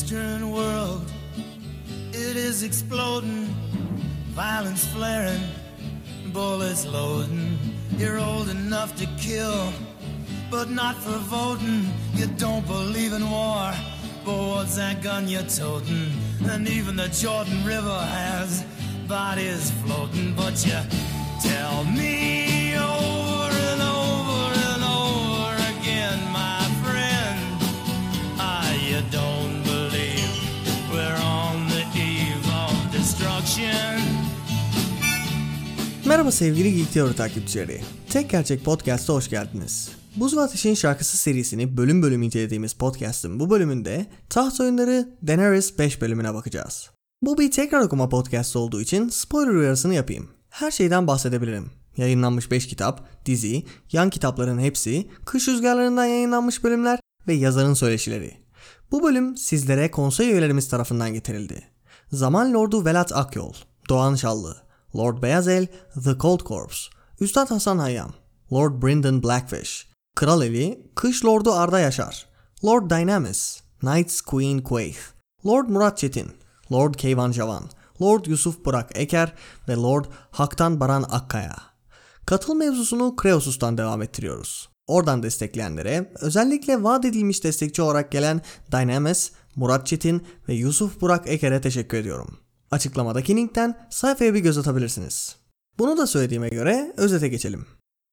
Western world, it is exploding, violence flaring, bullets loading. You're old enough to kill, but not for voting. You don't believe in war, but what's that gun you're toting? And even the Jordan River has bodies floating. But you tell me over and over and over again, my friend, you don't believe we're on the eve of destruction. Merhaba sevgili Geek Theory takipçileri. Tek Gerçek Podcast'a hoş geldiniz. Buz ve Ateş'in şarkısı serisini bölüm bölüm incelediğimiz podcast'ın bu bölümünde taht oyunları Daenerys 5 bölümüne bakacağız. Bu bir tekrar okuma podcast olduğu için spoiler uyarısını yapayım. Her şeyden bahsedebilirim. Yayınlanmış 5 kitap, dizi, yan kitapların hepsi, Kış Rüzgarlarından yayınlanmış bölümler ve yazarın söyleşileri. Bu bölüm sizlere konsey üyelerimiz tarafından getirildi. Zaman Lordu Velat Akyol, Doğan Şallı, Lord Beyazel, The Cold Corpse, Üstad Hasan Hayyam, Lord Brynden Blackfish, Kral Eli, Kış Lordu Arda Yaşar, Lord Dynamis, Knights Queen Quaith, Lord Murat Çetin, Lord Keyvan Javan, Lord Yusuf Burak Eker ve Lord Haktan Baran Akkaya. Katıl mevzusunu Kreosus'tan devam ettiriyoruz. Oradan destekleyenlere, özellikle vaat edilmiş destekçi olarak gelen Dynamis, Murat Çetin ve Yusuf Burak Eker'e teşekkür ediyorum. Açıklamadaki linkten sayfaya bir göz atabilirsiniz. Bunu da söylediğime göre özete geçelim.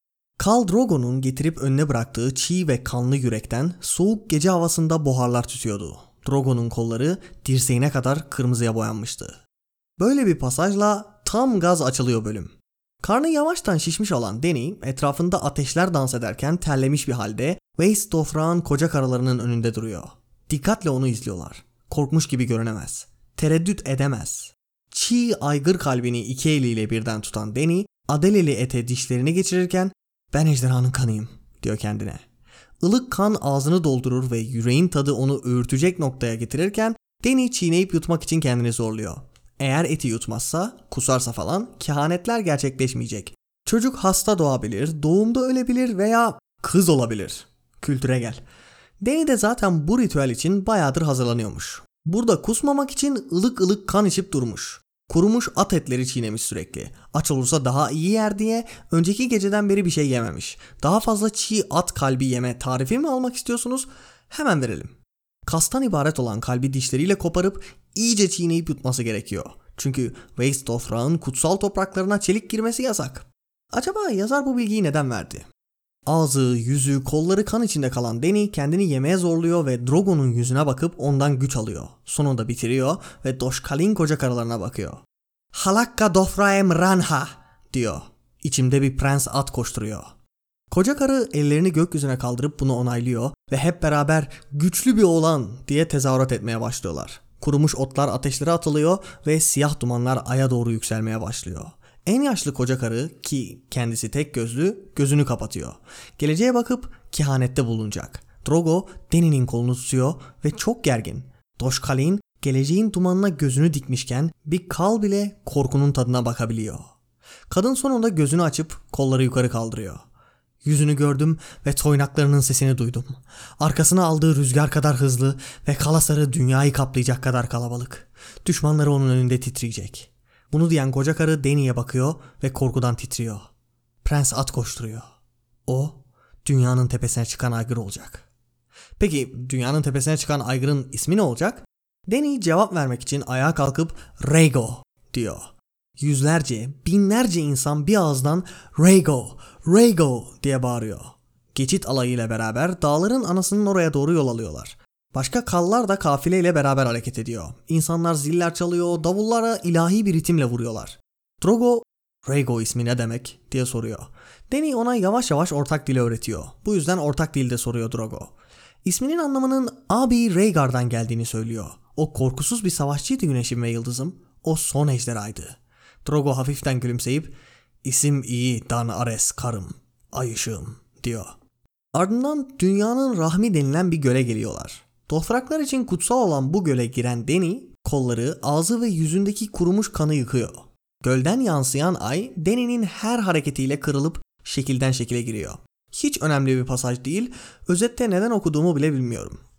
Khal Drogo'nun getirip önüne bıraktığı çiğ ve kanlı yürekten soğuk gece havasında buharlar tütüyordu. Drogo'nun kolları dirseğine kadar kırmızıya boyanmıştı. Böyle bir pasajla tam gaz açılıyor bölüm. Karnı yavaştan şişmiş olan Dany etrafında ateşler dans ederken terlemiş bir halde Waste Dothraki koca karılarının önünde duruyor. Dikkatle onu izliyorlar. Korkmuş gibi görünemez. Tereddüt edemez. Çiğ aygır kalbini iki eliyle birden tutan Dany, adeleli ete dişlerini geçirirken "Ben ejderhanın kanıyım" diyor kendine. Ilık kan ağzını doldurur ve yüreğin tadı onu öğürtecek noktaya getirirken Dany çiğneyip yutmak için kendini zorluyor. Eğer eti yutmazsa, kusarsa falan kehanetler gerçekleşmeyecek. Çocuk hasta doğabilir, doğumda ölebilir veya kız olabilir. Kültüre gel. Dany de zaten bu ritüel için bayağıdır hazırlanıyormuş. Burada kusmamak için ılık ılık kan içip durmuş. Kurumuş at etleri çiğnemiş sürekli. Aç olursa daha iyi yer diye önceki geceden beri bir şey yememiş. Daha fazla çiğ at kalbi yeme tarifi mi almak istiyorsunuz? Hemen verelim. Kastan ibaret olan kalbi dişleriyle koparıp iyice çiğneyip yutması gerekiyor. Çünkü Waste Dothraki'nin kutsal topraklarına çelik girmesi yasak. Acaba yazar bu bilgiyi neden verdi? Ağzı, yüzü, kolları kan içinde kalan Dany kendini yemeye zorluyor ve Drogo'nun yüzüne bakıp ondan güç alıyor. Sonunda bitiriyor ve Doshkalin koca karılarına bakıyor. "Halakka Dothraem Ranha" diyor. İçimde bir prens at koşturuyor. Koca karı ellerini gökyüzüne kaldırıp bunu onaylıyor ve hep beraber "güçlü bir oğlan" diye tezahürat etmeye başlıyorlar. Kurumuş otlar ateşlere atılıyor ve siyah dumanlar aya doğru yükselmeye başlıyor. En yaşlı koca karı, ki kendisi tek gözlü, gözünü kapatıyor. Geleceğe bakıp kehanette bulunacak. Drogo Dany'nin kolunu tutuyor ve çok gergin. Doshkalin geleceğin dumanına gözünü dikmişken bir Khal bile korkunun tadına bakabiliyor. Kadın sonunda gözünü açıp kolları yukarı kaldırıyor. "Yüzünü gördüm ve toynaklarının sesini duydum. Arkasına aldığı rüzgar kadar hızlı ve kalasarı dünyayı kaplayacak kadar kalabalık. Düşmanları onun önünde titriyecek." Bunu diyen koca karı Dany'ye bakıyor ve korkudan titriyor. Prens at koşturuyor. O, dünyanın tepesine çıkan aygır olacak. Peki dünyanın tepesine çıkan aygırın ismi ne olacak? Dany cevap vermek için ayağa kalkıp "Rhaego" diyor. Yüzlerce, binlerce insan bir ağızdan "Rhaego, Rhaego" diye bağırıyor. Geçit alayıyla beraber dağların anasının oraya doğru yol alıyorlar. Başka Khal'lar da kafileyle beraber hareket ediyor. İnsanlar ziller çalıyor, davullara ilahi bir ritimle vuruyorlar. Drogo, "Rhaego ismi ne demek?" diye soruyor. Dany ona yavaş yavaş ortak dili öğretiyor. Bu yüzden ortak dilde soruyor Drogo. İsminin anlamının abi Rhaegar'dan geldiğini söylüyor. O korkusuz bir savaşçıydı güneşim ve yıldızım. O son ejderhaydı. Drogo hafiften gülümseyip "İsim iyi Dan Ares karım, ay ışığım" diyor. Ardından dünyanın rahmi denilen bir göle geliyorlar. Dothraklar için kutsal olan bu göle giren Dany, kolları, ağzı ve yüzündeki kurumuş kanı yıkıyor. Gölden yansıyan ay, Dany'nin her hareketiyle kırılıp şekilden şekile giriyor. Hiç önemli bir pasaj değil, özette neden okuduğumu bile bilmiyorum.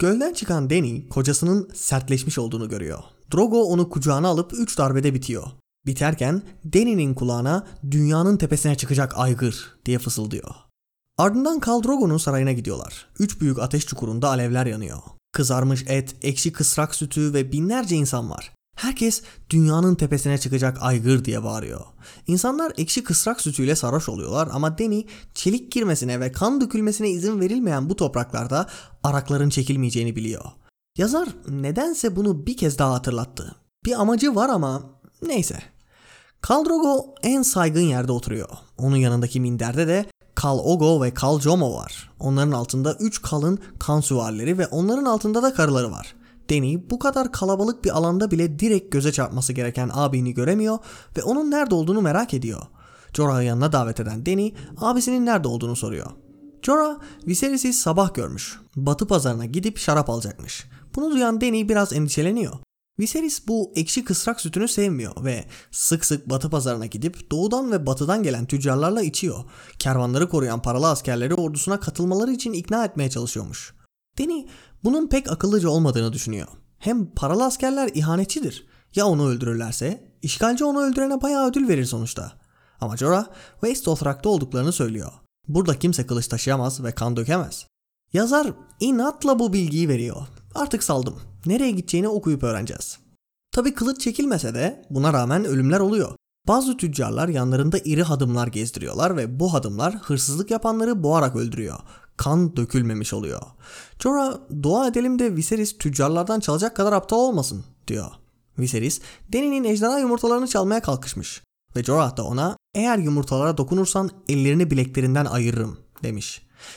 Gölden çıkan Dany kocasının sertleşmiş olduğunu görüyor. Drogo onu kucağına alıp 3 darbede bitiyor. Biterken Dany'nin kulağına dünyanın tepesine çıkacak aygır diye fısıldıyor. Ardından Khal Drogo'nun sarayına gidiyorlar. 3 büyük ateş çukurunda alevler yanıyor. Kızarmış et, ekşi kısrak sütü ve binlerce insan var. Herkes dünyanın tepesine çıkacak aygır diye bağırıyor. İnsanlar ekşi kısrak sütüyle sarhoş oluyorlar ama Dany çelik girmesine ve kan dökülmesine izin verilmeyen bu topraklarda arakların çekilmeyeceğini biliyor. Yazar nedense bunu bir kez daha hatırlattı. Bir amacı var ama neyse. Khal Drogo en saygın yerde oturuyor. Onun yanındaki minderde de Khal Ogo ve Khal Jomo var. Onların altında 3 Khal'ın kan süvarileri ve onların altında da karıları var. Dany bu kadar kalabalık bir alanda bile direkt göze çarpması gereken abini göremiyor ve onun nerede olduğunu merak ediyor. Jorah'ı yanına davet eden Dany abisinin nerede olduğunu soruyor. Jorah Viserys'i sabah görmüş. Batı pazarına gidip şarap alacakmış. Bunu duyan Dany biraz endişeleniyor. Viserys bu ekşi kısrak sütünü sevmiyor ve sık sık Batı pazarına gidip doğudan ve batıdan gelen tüccarlarla içiyor. Kervanları koruyan paralı askerleri ordusuna katılmaları için ikna etmeye çalışıyormuş. Dany bunun pek akıllıca olmadığını düşünüyor. Hem paralı askerler ihanetçidir. Ya onu öldürürlerse? İşgalci onu öldürene bayağı ödül verir sonuçta. Ama Jorah Waste Dothrak'ta olduklarını söylüyor. Burada kimse kılıç taşıyamaz ve kan dökemez. Yazar inatla bu bilgiyi veriyor. Artık saldım. Nereye gideceğini okuyup öğreneceğiz. Tabi kılıç çekilmese de buna rağmen ölümler oluyor. Bazı tüccarlar yanlarında iri hadımlar gezdiriyorlar ve bu hadımlar hırsızlık yapanları boğarak öldürüyor. Kan dökülmemiş oluyor. Jorah dua edelim de Viserys tüccarlardan çalacak kadar aptal olmasın diyor. Viserys Dany'nin ejderha yumurtalarını çalmaya kalkışmış. Ve Jorah da ona eğer yumurtalara dokunursan ellerini bileklerinden ayırırım demiş.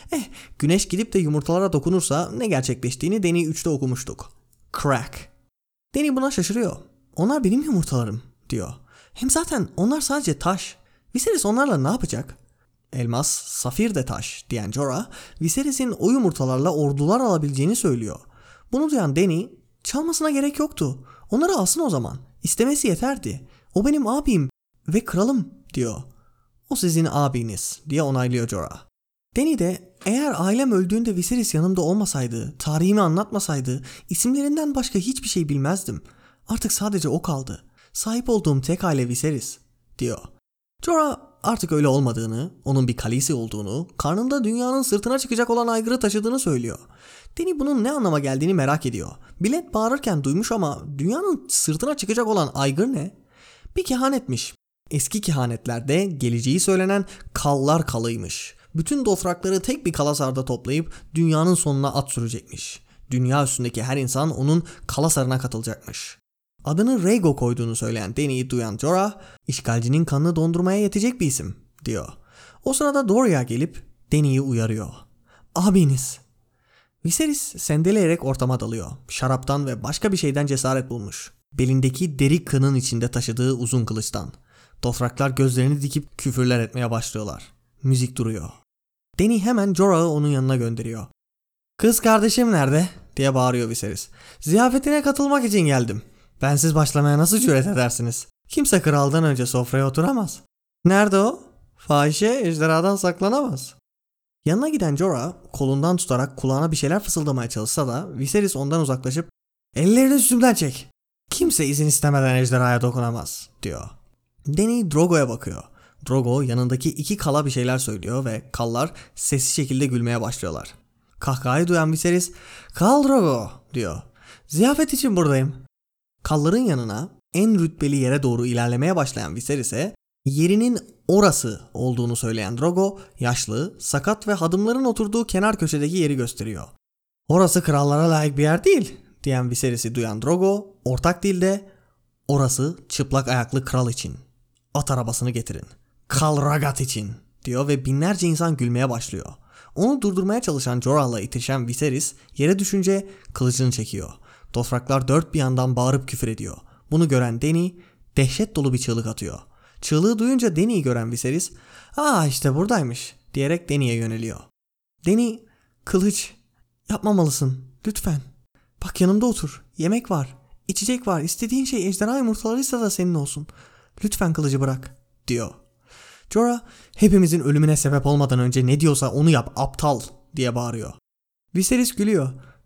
Güneş gidip de yumurtalara dokunursa ne gerçekleştiğini Dany 3'te okumuştuk. Crack. Dany buna şaşırıyor. Onlar benim yumurtalarım diyor. Hem zaten onlar sadece taş. Viserys onlarla ne yapacak? Elmas, safir de taş diyen Jorah, Viserys'in o yumurtalarla ordular alabileceğini söylüyor. Bunu duyan Dany, çalmasına gerek yoktu. Onları alsın o zaman. İstemesi yeterdi. O benim abim ve kralım diyor. O sizin abiniz diye onaylıyor Jorah. Dany de eğer ailem öldüğünde Viserys yanımda olmasaydı, tarihimi anlatmasaydı, isimlerinden başka hiçbir şey bilmezdim. Artık sadece o kaldı. Sahip olduğum tek aile Viserys diyor. Jorah artık öyle olmadığını, onun bir Khaleesi olduğunu, karnında dünyanın sırtına çıkacak olan aygırı taşıdığını söylüyor. Dany bunun ne anlama geldiğini merak ediyor. Bilet bağırırken duymuş ama dünyanın sırtına çıkacak olan aygır ne? Bir kehanetmiş. Eski kehanetlerde geleceği söylenen Khallar Khalı'ymış. Bütün Dothrakları tek bir kalasarda toplayıp dünyanın sonuna at sürecekmiş. Dünya üstündeki her insan onun kalasarına katılacakmış. Adını Rhaego koyduğunu söyleyen Dany'yi duyan Jorah, işgalcinin kanını dondurmaya yetecek bir isim diyor. O sırada Doria gelip Dany'yi uyarıyor. Abiniz. Viserys sendeleyerek ortama dalıyor. Şaraptan ve başka bir şeyden cesaret bulmuş. Belindeki deri kının içinde taşıdığı uzun kılıçtan. Dothraklar gözlerini dikip küfürler etmeye başlıyorlar. Müzik duruyor. Dany hemen Jorah'ı onun yanına gönderiyor. "Kız kardeşim nerede?" diye bağırıyor Viserys. "Ziyafetine katılmak için geldim. Bensiz başlamaya nasıl cüret edersiniz? Kimse kraldan önce sofraya oturamaz." "Nerede o? Fahişe ejderhadan saklanamaz." Yanına giden Jorah kolundan tutarak kulağına bir şeyler fısıldamaya çalışsa da Viserys ondan uzaklaşıp "Ellerini üstümden çek. Kimse izin istemeden ejderhaya dokunamaz." diyor. Dany Drogo'ya bakıyor. Drogo yanındaki 2 Khal'a bir şeyler söylüyor ve Khal'lar sessiz şekilde gülmeye başlıyorlar. Kahkahayı duyan Viserys "Khal Drogo" diyor. "Ziyafet için buradayım." Khal'ların yanına en rütbeli yere doğru ilerlemeye başlayan Viserys'e yerinin orası olduğunu söyleyen Drogo yaşlı, sakat ve hadımların oturduğu kenar köşedeki yeri gösteriyor. "Orası krallara layık bir yer değil" diyen Viserys'i duyan Drogo ortak dilde "Orası çıplak ayaklı kral için. At arabasını getirin. Khal Ragat için" diyor ve binlerce insan gülmeye başlıyor. Onu durdurmaya çalışan Jorah'la itişen Viserys yere düşünce kılıcını çekiyor. Dothraklar dört bir yandan bağırıp küfür ediyor. Bunu gören Dany dehşet dolu bir çığlık atıyor. Çığlığı duyunca Dany'yi gören Viserys işte buradaymış" diyerek Dany'ye yöneliyor. Dany, "Kılıç, yapmamalısın lütfen. Bak yanımda otur. Yemek var, içecek var. İstediğin şey ejderha yumurtalarıysa da senin olsun. Lütfen kılıcı bırak" diyor. Jorah hepimizin ölümüne sebep olmadan önce ne diyorsa onu yap aptal diye bağırıyor. Viserys gülüyor.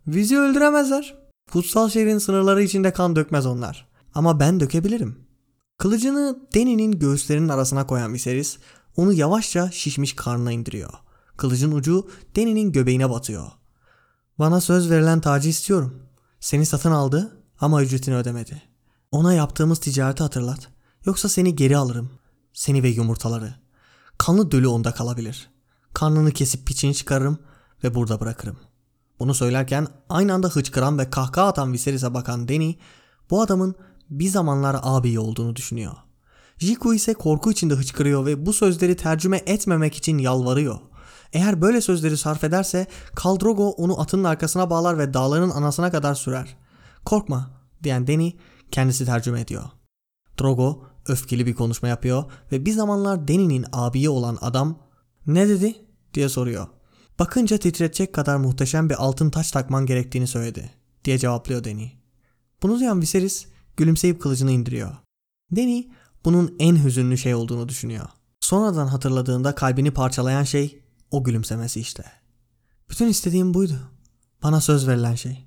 Bizi öldüremezler. Kutsal şehrin sınırları içinde kan dökmez onlar. Ama ben dökebilirim. Kılıcını Dany'nin göğüslerinin arasına koyan Viserys onu yavaşça şişmiş karnına indiriyor. Kılıcın ucu Dany'nin göbeğine batıyor. Bana söz verilen tacı istiyorum. Seni satın aldı ama ücretini ödemedi. Ona yaptığımız ticareti hatırlat. Yoksa seni geri alırım. Seni ve yumurtaları. Kanlı dölü onda kalabilir. Karnını kesip piçini çıkarırım ve burada bırakırım. Bunu söylerken aynı anda hıçkıran ve kahkaha atan Viserys'e bakan Dany bu adamın bir zamanlar ağabeyi olduğunu düşünüyor. Jiku ise korku içinde hıçkırıyor ve bu sözleri tercüme etmemek için yalvarıyor. Eğer böyle sözleri sarf ederse Khal Drogo onu atının arkasına bağlar ve dağların anasına kadar sürer. Korkma diyen Dany kendisi tercüme ediyor. Drogo öfkeli bir konuşma yapıyor ve bir zamanlar Dany'nin abiyi olan adam "Ne dedi?" diye soruyor. "Bakınca titretecek kadar muhteşem bir altın taç takman gerektiğini söyledi," diye cevaplıyor Dany. Bunu duyan Viserys gülümseyip kılıcını indiriyor. Dany bunun en hüzünlü şey olduğunu düşünüyor. Sonradan hatırladığında kalbini parçalayan şey o gülümsemesi işte. Bütün istediğim buydu. Bana söz verilen şey.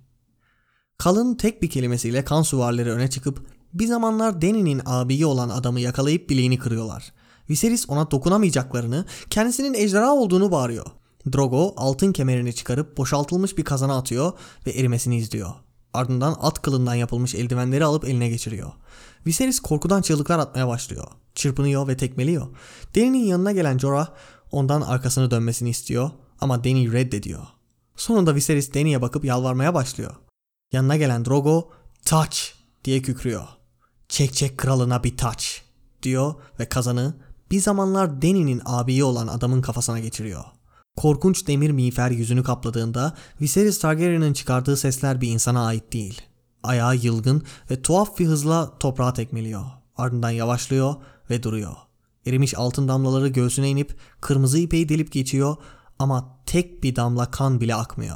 Khal'ın tek bir kelimesiyle kan süvarileri öne çıkıp bir zamanlar Dany'nin abiyi olan adamı yakalayıp bileğini kırıyorlar. Viserys ona dokunamayacaklarını, kendisinin ejderha olduğunu bağırıyor. Drogo altın kemerini çıkarıp boşaltılmış bir kazana atıyor ve erimesini izliyor. Ardından at kılından yapılmış eldivenleri alıp eline geçiriyor. Viserys korkudan çığlıklar atmaya başlıyor. Çırpınıyor ve tekmeliyor. Dany'nin yanına gelen Jorah ondan arkasını dönmesini istiyor ama Dany reddediyor. Sonunda Viserys Dany'ye bakıp yalvarmaya başlıyor. Yanına gelen Drogo "Taç!" diye kükrüyor. "Çek kralına bir taç!" diyor ve kazanı bir zamanlar Dany'nin abiyi olan adamın kafasına geçiriyor. Korkunç demir miğfer yüzünü kapladığında Viserys Targaryen'ın çıkardığı sesler bir insana ait değil. Ayağı yılgın ve tuhaf bir hızla toprağa tekmeliyor. Ardından yavaşlıyor ve duruyor. Erimiş altın damlaları göğsüne inip kırmızı ipeyi delip geçiyor ama tek bir damla kan bile akmıyor.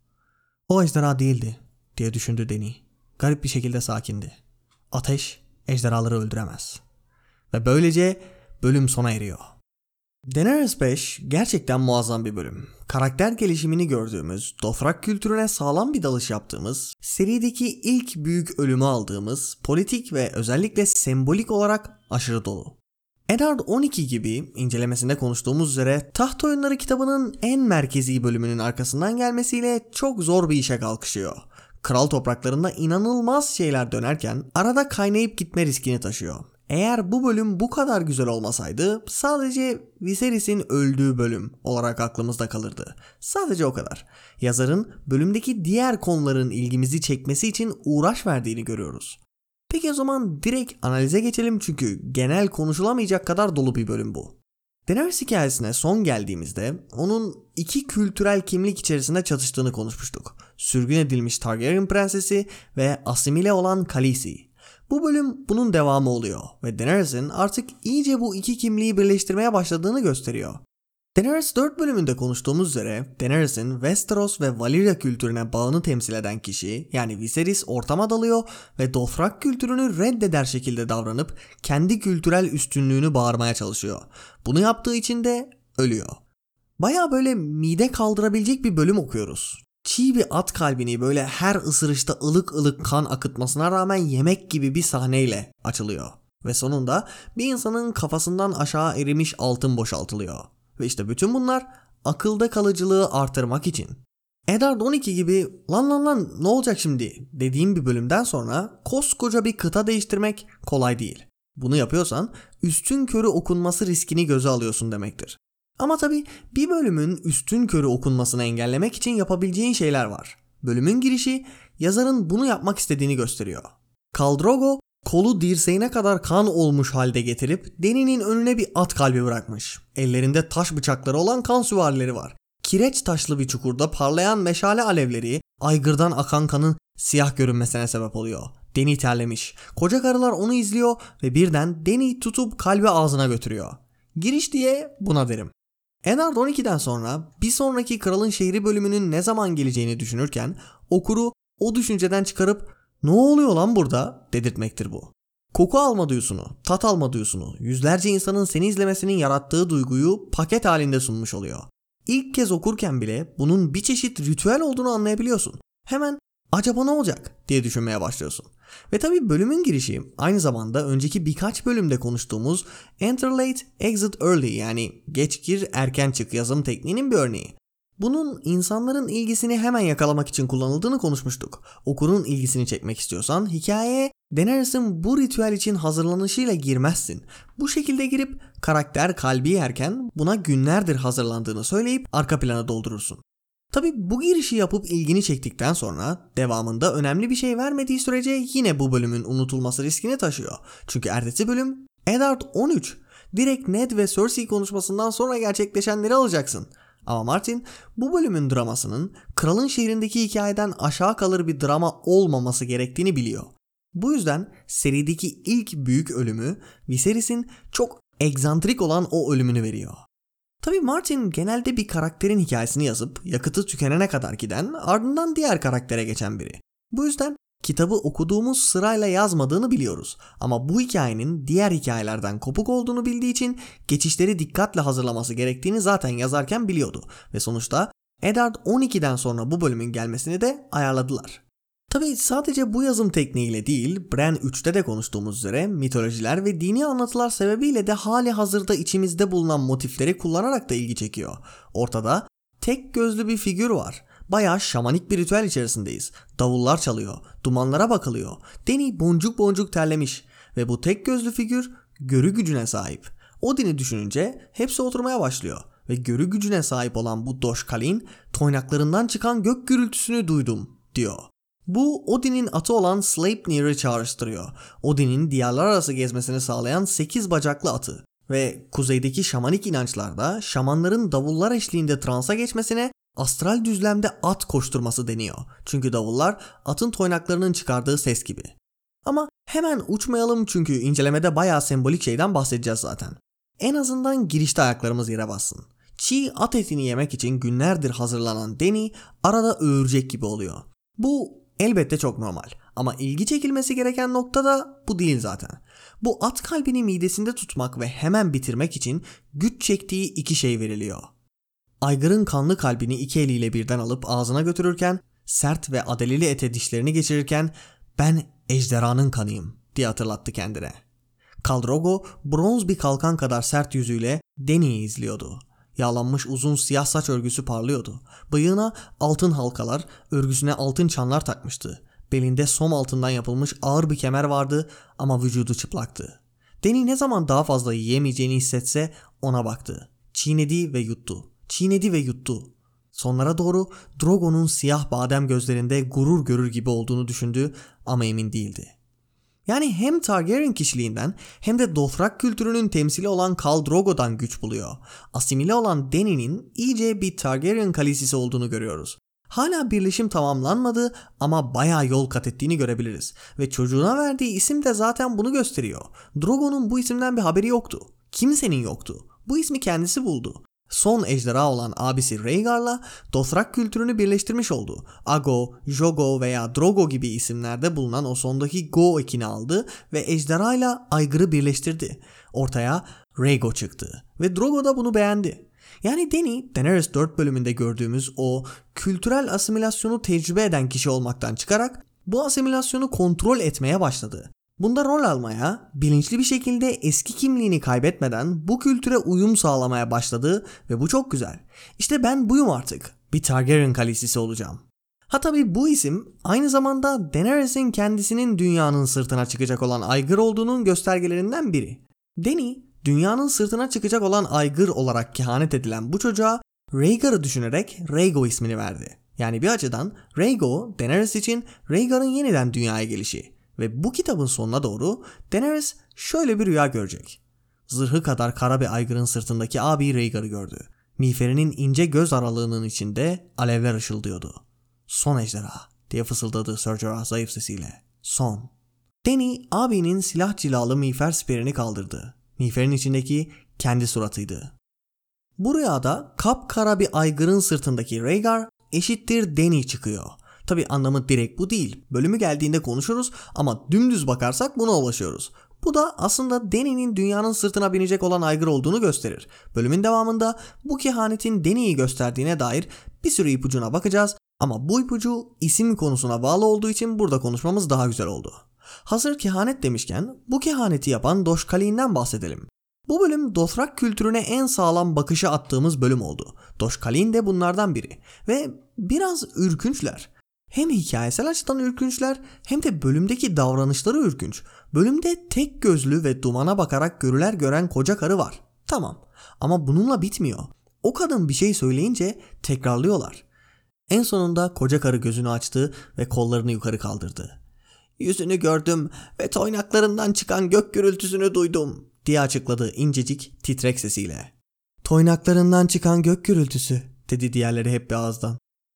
O ejderha değildi diye düşündü Dany. Garip bir şekilde sakindi. Ateş ejderhaları öldüremez. Ve böylece bölüm sona eriyor. Daenerys 5 gerçekten muazzam bir bölüm. Karakter gelişimini gördüğümüz, Dothraki kültürüne sağlam bir dalış yaptığımız, serideki ilk büyük ölümü aldığımız, politik ve özellikle sembolik olarak aşırı dolu. Eddard 12 gibi incelemesinde konuştuğumuz üzere Taht Oyunları kitabının en merkezi bölümünün arkasından gelmesiyle çok zor bir işe kalkışıyor. Kral topraklarında inanılmaz şeyler dönerken arada kaynayıp gitme riskini taşıyor. Eğer bu bölüm bu kadar güzel olmasaydı sadece Viserys'in öldüğü bölüm olarak aklımızda kalırdı. Sadece o kadar. Yazarın bölümdeki diğer konuların ilgimizi çekmesi için uğraş verdiğini görüyoruz. Peki o zaman direkt analize geçelim çünkü genel konuşulamayacak kadar dolu bir bölüm bu. Daenerys hikayesine son geldiğimizde onun iki kültürel kimlik içerisinde çatıştığını konuşmuştuk. Sürgün edilmiş Targaryen prensesi ve asimile olan Khaleesi. Bu bölüm bunun devamı oluyor ve Daenerys'in artık iyice bu iki kimliği birleştirmeye başladığını gösteriyor. Daenerys 4 bölümünde konuştuğumuz üzere Daenerys'in Westeros ve Valyria kültürüne bağını temsil eden kişi yani Viserys ortama dalıyor ve Dothraki kültürünü reddeder şekilde davranıp kendi kültürel üstünlüğünü bağırmaya çalışıyor. Bunu yaptığı için de ölüyor. Baya böyle mide kaldırabilecek bir bölüm okuyoruz. Çiğ bir at kalbini böyle her ısırışta ılık ılık kan akıtmasına rağmen yemek gibi bir sahneyle açılıyor. Ve sonunda bir insanın kafasından aşağı erimiş altın boşaltılıyor. Ve işte bütün bunlar akılda kalıcılığı artırmak için. Eddard 12 gibi lan ne olacak şimdi dediğim bir bölümden sonra koskoca bir kıta değiştirmek kolay değil. Bunu yapıyorsan üstünkörü okunması riskini göze alıyorsun demektir. Ama tabii bir bölümün üstünkörü okunmasını engellemek için yapabileceğin şeyler var. Bölümün girişi yazarın bunu yapmak istediğini gösteriyor. Khal Drogo kolu dirseğine kadar kan olmuş halde getirip Dany'nin önüne bir at kalbi bırakmış. Ellerinde taş bıçakları olan kan süvarileri var. Kireç taşlı bir çukurda parlayan meşale alevleri aygırdan akan kanın siyah görünmesine sebep oluyor. Dany terlemiş. Koca karılar onu izliyor ve birden Dany tutup kalbi ağzına götürüyor. Giriş diye buna derim. Eddard 12'den sonra bir sonraki Kralın Şehri bölümünün ne zaman geleceğini düşünürken okuru o düşünceden çıkarıp "Ne oluyor lan burada?" dedirtmektir bu. Koku alma duyusunu, tat alma duyusunu, yüzlerce insanın seni izlemesinin yarattığı duyguyu paket halinde sunmuş oluyor. İlk kez okurken bile bunun bir çeşit ritüel olduğunu anlayabiliyorsun. hemen acaba ne olacak diye düşünmeye başlıyorsun. Ve tabii bölümün girişi aynı zamanda önceki birkaç bölümde konuştuğumuz Enter Late, Exit Early yani geç gir erken çık yazım tekniğinin bir örneği. Bunun insanların ilgisini hemen yakalamak için kullanıldığını konuşmuştuk. Okurun ilgisini çekmek istiyorsan hikayeye Daenerys'in bu ritüel için hazırlanışıyla girmezsin. Bu şekilde girip karakter kalbi yerken buna günlerdir hazırlandığını söyleyip arka plana doldurursun. Tabi bu girişi yapıp ilgini çektikten sonra devamında önemli bir şey vermediği sürece yine bu bölümün unutulması riskini taşıyor. Çünkü ertesi bölüm Eddard 13. Direkt Ned ve Cersei konuşmasından sonra gerçekleşenleri alacaksın. Ama Martin bu bölümün dramasının kralın şehrindeki hikayeden aşağı kalır bir drama olmaması gerektiğini biliyor. Bu yüzden serideki ilk büyük ölümü Viserys'in çok egzantrik olan o ölümünü veriyor. Tabii Martin genelde bir karakterin hikayesini yazıp yakıtı tükenene kadar giden ardından diğer karaktere geçen biri. Bu yüzden kitabı okuduğumuz sırayla yazmadığını biliyoruz. Ama bu hikayenin diğer hikayelerden kopuk olduğunu bildiği için geçişleri dikkatle hazırlaması gerektiğini zaten yazarken biliyordu. Ve sonuçta Eddard 12'den sonra bu bölümün gelmesini de ayarladılar. Tabii sadece bu yazım tekniğiyle değil, Bran 3'te de konuştuğumuz üzere mitolojiler ve dini anlatılar sebebiyle de hali hazırda içimizde bulunan motifleri kullanarak da ilgi çekiyor. Ortada tek gözlü bir figür var. Bayağı şamanik bir ritüel içerisindeyiz. Davullar çalıyor, dumanlara bakılıyor. Dany boncuk boncuk terlemiş ve bu tek gözlü figür görü gücüne sahip. Odin'i düşününce hepsi oturmaya başlıyor ve görü gücüne sahip olan bu Doşkalin toynaklarından çıkan gök gürültüsünü duydum diyor. Bu Odin'in atı olan Sleipnir'i çağrıştırıyor. Odin'in diyarlar arası gezmesini sağlayan 8 bacaklı atı ve kuzeydeki şamanik inançlarda şamanların davullar eşliğinde transa geçmesine astral düzlemde at koşturması deniyor. Çünkü davullar atın toynaklarının çıkardığı ses gibi. Ama hemen uçmayalım çünkü incelemede bayağı sembolik şeyden bahsedeceğiz zaten. En azından girişte ayaklarımız yere bassın. Çiğ at etini yemek için günlerdir hazırlanan Dany arada öğürecek gibi oluyor. Bu elbette çok normal ama ilgi çekilmesi gereken nokta da bu değil zaten. Bu at kalbini midesinde tutmak ve hemen bitirmek için güç çektiği iki şey veriliyor. Aygırın kanlı kalbini iki eliyle birden alıp ağzına götürürken, sert ve adeleli ete dişlerini geçirirken ben ejderhanın kanıyım diye hatırlattı kendine. Khal Drogo bronz bir kalkan kadar sert yüzüyle Dany'yi izliyordu. Yağlanmış uzun siyah saç örgüsü parlıyordu. Bıyığına altın halkalar, örgüsüne altın çanlar takmıştı. Belinde som altından yapılmış ağır bir kemer vardı ama vücudu çıplaktı. Dany ne zaman daha fazla yiyemeyeceğini hissetse ona baktı. Çiğnedi ve yuttu. Çiğnedi ve yuttu. Sonlara doğru Drogo'nun siyah badem gözlerinde gurur görür gibi olduğunu düşündü ama emin değildi. Yani hem Targaryen kişiliğinden hem de Dothraki kültürünün temsili olan Khal Drogo'dan güç buluyor. Asimile olan Dany'nin iyice bir Targaryen kalisesi olduğunu görüyoruz. Hala birleşim tamamlanmadı ama bayağı yol kat ettiğini görebiliriz. Ve çocuğuna verdiği isim de zaten bunu gösteriyor. Drogo'nun bu isimden bir haberi yoktu. Kimsenin yoktu. Bu ismi kendisi buldu. Son ejderha olan abisi Rhaegar'la Dothraki kültürünü birleştirmiş oldu. Ago, Jogo veya Drogo gibi isimlerde bulunan o sondaki Go ekini aldı ve ejderhayla aygırı birleştirdi. Ortaya Rhaego çıktı ve Drogo da bunu beğendi. Yani Dany, Daenerys 4 bölümünde gördüğümüz o kültürel asimilasyonu tecrübe eden kişi olmaktan çıkarak bu asimilasyonu kontrol etmeye başladı. Bunda rol almaya, bilinçli bir şekilde eski kimliğini kaybetmeden bu kültüre uyum sağlamaya başladı ve bu çok güzel. İşte ben buyum artık. Bir Targaryen kalisesi olacağım. Ha tabii bu isim aynı zamanda Daenerys'in kendisinin dünyanın sırtına çıkacak olan aygır olduğunun göstergelerinden biri. Dany, dünyanın sırtına çıkacak olan aygır olarak kehanet edilen bu çocuğa Rhaegar'ı düşünerek Rhaego ismini verdi. Yani bir açıdan Rhaego, Daenerys için Rhaegar'ın yeniden dünyaya gelişi. Ve bu kitabın sonuna doğru Daenerys şöyle bir rüya görecek. Zırhı kadar kara bir aygırın sırtındaki abi Rhaegar'ı gördü. Miğferinin ince göz aralığının içinde alevler ışıldıyordu. Son ejderha diye fısıldadı Ser Jorah zayıf sesiyle. Son. Dany abinin silah cilalı miğfer siperini kaldırdı. Miğferin içindeki kendi suratıydı. Bu rüyada kapkara bir aygırın sırtındaki Rhaegar eşittir Dany çıkıyor. Tabi anlamı direkt bu değil. Bölümü geldiğinde konuşuruz ama dümdüz bakarsak buna ulaşıyoruz. Bu da aslında Dany'nin dünyanın sırtına binecek olan aygır olduğunu gösterir. Bölümün devamında bu kehanetin Dany'yi gösterdiğine dair bir sürü ipucuna bakacağız Ama bu ipucu isim konusuna bağlı olduğu için burada konuşmamız daha güzel oldu. Hazır kehanet demişken bu kehaneti yapan Doshkalin'den bahsedelim. Bu bölüm Dothrak kültürüne en sağlam bakışı attığımız bölüm oldu. Doshkalin de bunlardan biri ve biraz ürkünçler. Hem hikayesel açıdan ürkünçler hem de bölümdeki davranışları ürkünç. Bölümde tek gözlü ve dumana bakarak görüler gören koca karı var. Tamam ama bununla bitmiyor. O kadın bir şey söyleyince tekrarlıyorlar. En sonunda koca karı gözünü açtı ve kollarını yukarı kaldırdı. "Yüzünü gördüm ve toynaklarından çıkan gök gürültüsünü duydum," diye açıkladı incecik titrek sesiyle. "Toynaklarından çıkan gök gürültüsü," dedi diğerleri hep bir ağızdan.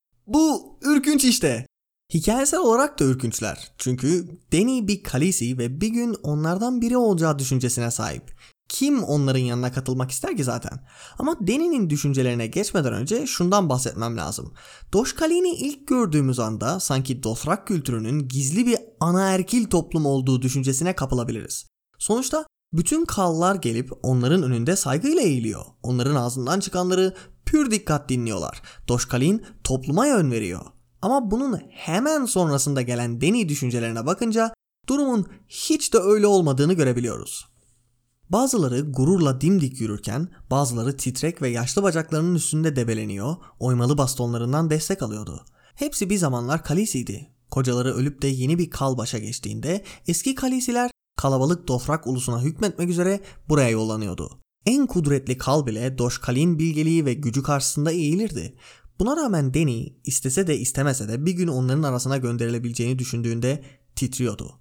Bu ürkünç işte. Hikayesel olarak da ürkünçler. Çünkü Dany bir Khaleesi ve bir gün onlardan biri olacağı düşüncesine sahip. Kim onların yanına katılmak ister ki zaten? Ama Dany'nin düşüncelerine geçmeden önce şundan bahsetmem lazım. Doshkalin'i ilk gördüğümüz anda sanki Dothrak kültürünün gizli bir anaerkil toplum olduğu düşüncesine kapılabiliriz. Sonuçta bütün Kha'lar gelip onların önünde saygıyla eğiliyor. Onların ağzından çıkanları pür dikkat dinliyorlar. Doshkalin topluma yön veriyor. Ama bunun hemen sonrasında gelen Dany düşüncelerine bakınca durumun hiç de öyle olmadığını görebiliyoruz. Bazıları gururla dimdik yürürken bazıları titrek ve yaşlı bacaklarının üstünde debeleniyor, oymalı bastonlarından destek alıyordu. Hepsi bir zamanlar Khaleesi'ydi. Kocaları ölüp de yeni bir Khal başa geçtiğinde eski Khaleesi'ler kalabalık Dothrak ulusuna hükmetmek üzere buraya yollanıyordu. En kudretli Khal bile Doshkalin bilgeliği ve gücü karşısında eğilirdi. Buna rağmen Dany istese de istemese de bir gün onların arasına gönderilebileceğini düşündüğünde titriyordu.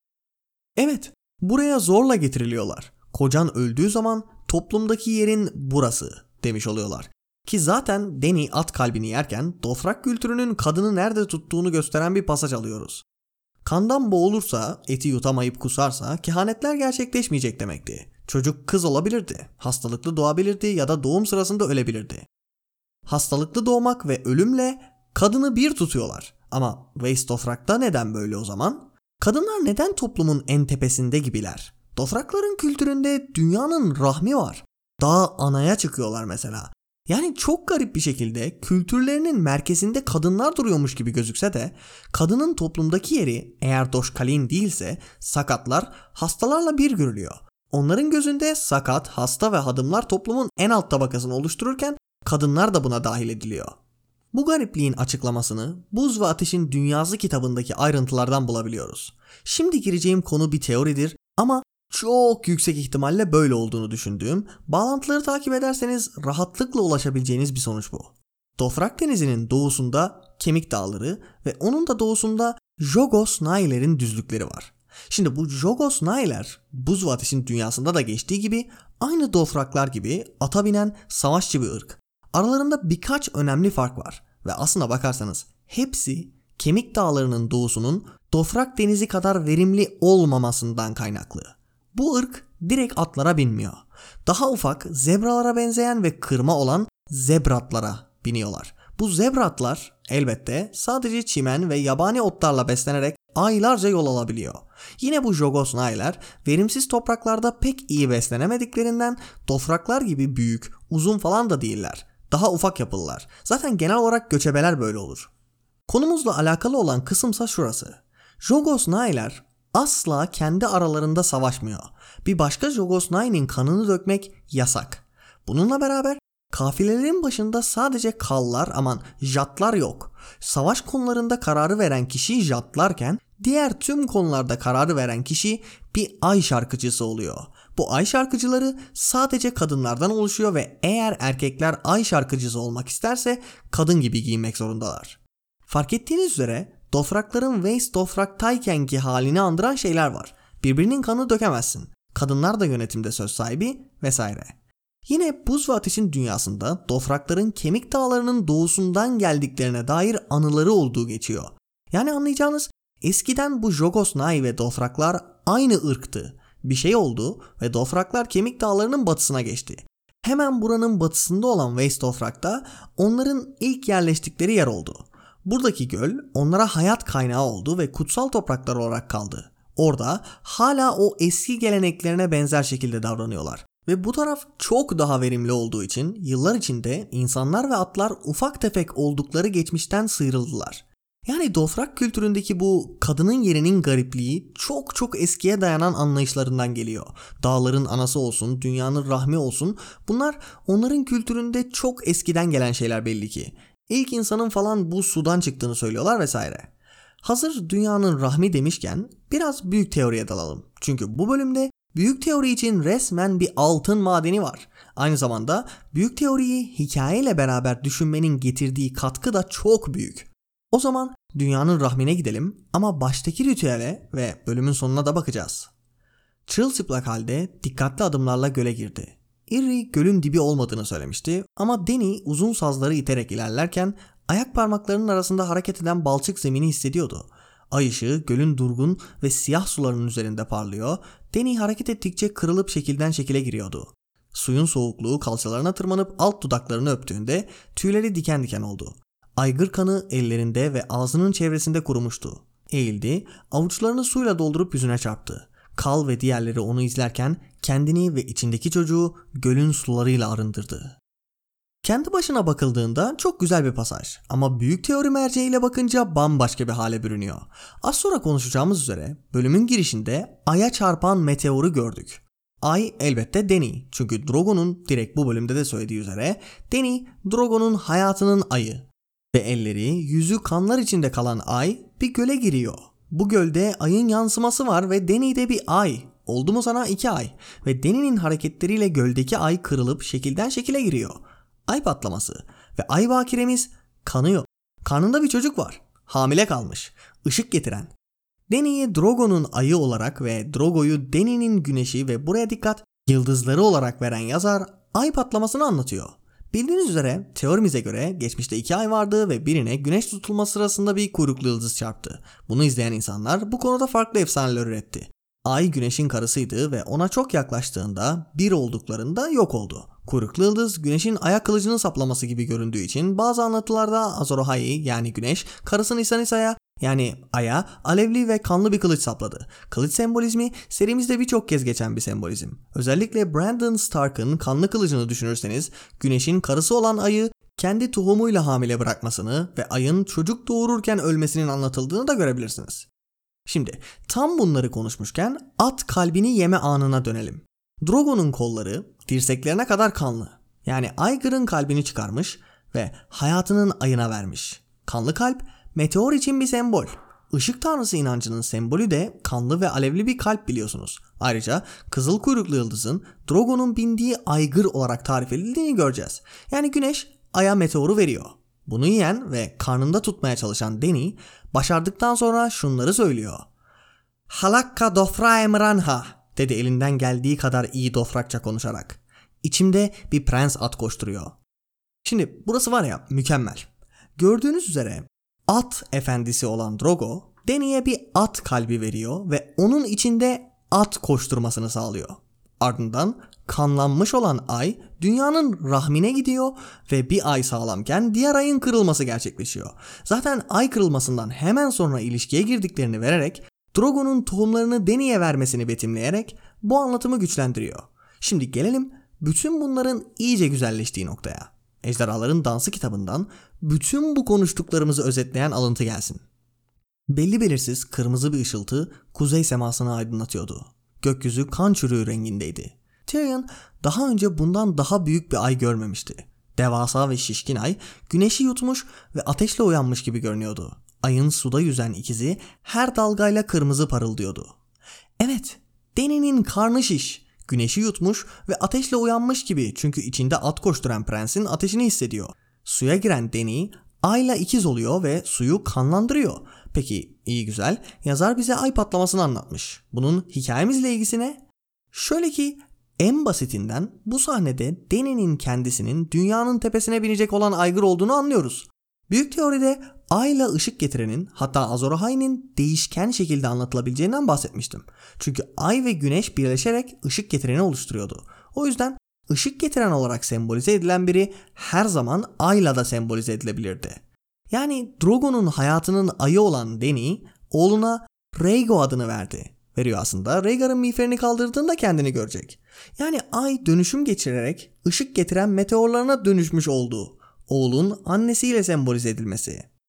Evet, buraya zorla getiriliyorlar. Kocan öldüğü zaman toplumdaki yerin burası demiş oluyorlar. Ki zaten Dany at kalbini yerken Dothrak kültürünün kadını nerede tuttuğunu gösteren bir pasaj alıyoruz. Kandan boğulursa, eti yutamayıp kusarsa kehanetler gerçekleşmeyecek demekti. Çocuk kız olabilirdi, hastalıklı doğabilirdi ya da doğum sırasında ölebilirdi. Hastalıklı doğmak ve ölümle kadını bir tutuyorlar. Ama Waste Dothrak'ta neden böyle o zaman? Kadınlar neden toplumun en tepesinde gibiler? Dothrakların kültüründe dünyanın rahmi var. Dağa anaya çıkıyorlar mesela. Yani çok garip bir şekilde kültürlerinin merkezinde kadınlar duruyormuş gibi gözükse de kadının toplumdaki yeri eğer Doshkalin değilse sakatlar hastalarla bir görülüyor. Onların gözünde sakat, hasta ve hadımlar toplumun en alt tabakasını oluştururken kadınlar da buna dahil ediliyor. Bu garipliğin açıklamasını Buz ve Ateş'in Dünyası kitabındaki ayrıntılardan bulabiliyoruz. Şimdi gireceğim konu bir teoridir ama çok yüksek ihtimalle böyle olduğunu düşündüğüm, bağlantıları takip ederseniz rahatlıkla ulaşabileceğiniz bir sonuç bu. Dothrak denizinin doğusunda Kemik Dağları ve onun da doğusunda Jogos Nailer'in düzlükleri var. Şimdi bu Jogos Nailer, Buz ve Ateş'in Dünyasında da geçtiği gibi aynı Dothraklar gibi ata binen savaşçı bir ırk. Aralarında birkaç önemli fark var ve aslına bakarsanız hepsi Kemik Dağları'nın doğusunun Dothrak denizi kadar verimli olmamasından kaynaklı. Bu ırk direkt atlara binmiyor. Daha ufak zebralara benzeyen ve kırma olan zebratlara biniyorlar. Bu zebratlar elbette sadece çimen ve yabani otlarla beslenerek aylarca yol alabiliyor. Yine bu Jogos Nailer verimsiz topraklarda pek iyi beslenemediklerinden Dothraklar gibi büyük, uzun falan da değiller. Daha ufak yapılılar. Zaten genel olarak göçebeler böyle olur. Konumuzla alakalı olan kısımsa şurası. Jogos Nailer asla kendi aralarında savaşmıyor. Bir başka Jogos Nai'nin kanını dökmek yasak. Bununla beraber kafilelerin başında sadece Kha'lar Jatlar yok. Savaş konularında kararı veren kişi Jatlarken diğer tüm konularda kararı veren kişi bir ay şarkıcısı oluyor. Bu ay şarkıcıları sadece kadınlardan oluşuyor ve eğer erkekler ay şarkıcısı olmak isterse kadın gibi giyinmek zorundalar. Fark ettiğiniz üzere Dothrakların Waste Dothrak'taykenki halini andıran şeyler var. Birbirinin kanını dökemezsin. Kadınlar da yönetimde söz sahibi vesaire. Yine Buz ve Ateş'in Dünyasında Dothrakların Kemik Dağları'nın doğusundan geldiklerine dair anıları olduğu geçiyor. Yani anlayacağınız eskiden bu Jogos Nai ve Dothraklar aynı ırktı. Bir şey oldu ve Dothraklar Kemik Dağları'nın batısına geçti. Hemen buranın batısında olan Waste Dothrak'ta onların ilk yerleştikleri yer oldu. Buradaki göl onlara hayat kaynağı oldu ve kutsal topraklar olarak kaldı. Orada hala o eski geleneklerine benzer şekilde davranıyorlar. Ve bu taraf çok daha verimli olduğu için yıllar içinde insanlar ve atlar ufak tefek oldukları geçmişten sıyrıldılar. Yani Dothraki kültüründeki bu kadının yerinin garipliği çok çok eskiye dayanan anlayışlarından geliyor. Dağların anası olsun, dünyanın rahmi olsun, bunlar onların kültüründe çok eskiden gelen şeyler belli ki. İlk insanın falan bu sudan çıktığını söylüyorlar vesaire. Hazır dünyanın rahmi demişken biraz büyük teoriye dalalım. Çünkü bu bölümde büyük teori için resmen bir altın madeni var. Aynı zamanda büyük teoriyi hikayeyle beraber düşünmenin getirdiği katkı da çok büyük. O zaman dünyanın rahmine gidelim ama baştaki ritüele ve bölümün sonuna da bakacağız. Çırılçıplak halde dikkatli adımlarla göle girdi. Irri gölün dibi olmadığını söylemişti ama Dany uzun sazları iterek ilerlerken ayak parmaklarının arasında hareket eden balçık zemini hissediyordu. Ay ışığı gölün durgun ve siyah sularının üzerinde parlıyor. Dany hareket ettikçe kırılıp şekilden şekile giriyordu. Suyun soğukluğu kalçalarına tırmanıp alt dudaklarını öptüğünde tüyleri diken diken oldu. Aygır kanı ellerinde ve ağzının çevresinde kurumuştu. Eğildi, avuçlarını suyla doldurup yüzüne çarptı. Kal ve diğerleri onu izlerken kendini ve içindeki çocuğu gölün sularıyla arındırdı. Kendi başına bakıldığında çok güzel bir pasaj ama büyük teori merceğiyle bakınca bambaşka bir hale bürünüyor. Az sonra konuşacağımız üzere bölümün girişinde Ay'a çarpan meteoru gördük. Ay elbette Dany, çünkü Drogo'nun direkt bu bölümde de söylediği üzere Dany, Drogo'nun hayatının ayı. Ve elleri, yüzü kanlar içinde kalan Ay bir göle giriyor. Bu gölde ayın yansıması var ve Dany'de bir ay. Oldu mu sana 2 ay. Ve Dany'nin hareketleriyle göldeki ay kırılıp şekilden şekile giriyor. Ay patlaması ve ay bakiremiz kanıyor. Karnında bir çocuk var. Hamile kalmış. Işık getiren. Dany'yi Drogo'nun ayı olarak ve Drogo'yu Dany'nin güneşi ve buraya dikkat yıldızları olarak veren yazar ay patlamasını anlatıyor. Bildiğiniz üzere teorimize göre geçmişte 2 ay vardı ve birine güneş tutulması sırasında bir kuyruklu yıldız çarptı. Bunu izleyen insanlar bu konuda farklı efsaneler üretti. Ay güneşin karısıydı ve ona çok yaklaştığında bir olduklarında yok oldu. Kuyruklu yıldız güneşin ayak kılıcını saplaması gibi göründüğü için bazı anlatılarda Azor Ahai yani güneş karısını Isanisa'ya yani Ay'a alevli ve kanlı bir kılıç sapladı. Kılıç sembolizmi serimizde birçok kez geçen bir sembolizm. Özellikle Brandon Stark'ın kanlı kılıcını düşünürseniz güneşin karısı olan Ay'ı kendi tohumuyla hamile bırakmasını ve Ay'ın çocuk doğururken ölmesinin anlatıldığını da görebilirsiniz. Şimdi tam bunları konuşmuşken at kalbini yeme anına dönelim. Drogo'nun kolları dirseklerine kadar kanlı. Yani Aygır'ın kalbini çıkarmış ve hayatının ayına vermiş. Kanlı kalp meteor için bir sembol. Işık tanrısı inancının sembolü de kanlı ve alevli bir kalp biliyorsunuz. Ayrıca kızıl kuyruklu yıldızın Drogo'nun bindiği aygır olarak tarif edildiğini göreceğiz. Yani güneş aya meteoru veriyor. Bunu yiyen ve karnında tutmaya çalışan Dany başardıktan sonra şunları söylüyor. Halakka Dothrae Mranha dedi elinden geldiği kadar iyi Dothrakça konuşarak. İçimde bir prens at koşturuyor. Şimdi burası var ya mükemmel. Gördüğünüz üzere at efendisi olan Drogo Dany'ye bir at kalbi veriyor ve onun içinde at koşturmasını sağlıyor. Ardından kanlanmış olan ay dünyanın rahmine gidiyor ve bir ay sağlamken diğer ayın kırılması gerçekleşiyor. Zaten ay kırılmasından hemen sonra ilişkiye girdiklerini vererek Drogo'nun tohumlarını Dany'ye vermesini betimleyerek bu anlatımı güçlendiriyor. Şimdi gelelim bütün bunların iyice güzelleştiği noktaya. Ejderhaların Dansı kitabından bütün bu konuştuklarımızı özetleyen alıntı gelsin. Belli belirsiz kırmızı bir ışıltı kuzey semasını aydınlatıyordu. Gökyüzü kan çürüğü rengindeydi. Tyrion daha önce bundan daha büyük bir ay görmemişti. Devasa ve şişkin ay güneşi yutmuş ve ateşle uyanmış gibi görünüyordu. Ayın suda yüzen ikizi her dalgayla kırmızı parıldıyordu. Evet, Dany'nin karnı şiş. Güneşi yutmuş ve ateşle uyanmış gibi çünkü içinde at koşturan prensin ateşini hissediyor. Suya giren Dany ayla ikiz oluyor ve suyu kanlandırıyor. Peki iyi güzel yazar bize ay patlamasını anlatmış. Bunun hikayemizle ilgisi ne? Şöyle ki en basitinden bu sahnede Dany'nin kendisinin dünyanın tepesine binecek olan aygır olduğunu anlıyoruz. Büyük teoride ayla ışık getirenin hatta Azor Ahai'nin değişken şekilde anlatılabileceğinden bahsetmiştim. Çünkü ay ve güneş birleşerek ışık getireni oluşturuyordu. O yüzden ışık getiren olarak sembolize edilen biri her zaman ayla da sembolize edilebilirdi. Yani Drogo'nun hayatının ayı olan Dany oğluna Rhaego adını verdi. Veriyor aslında. Rhaegar'ın miğferini kaldırdığında kendini görecek. Yani ay dönüşüm geçirerek ışık getiren meteorlarına dönüşmüş olduğu. Oğlun annesiyle sembolize edilmesi.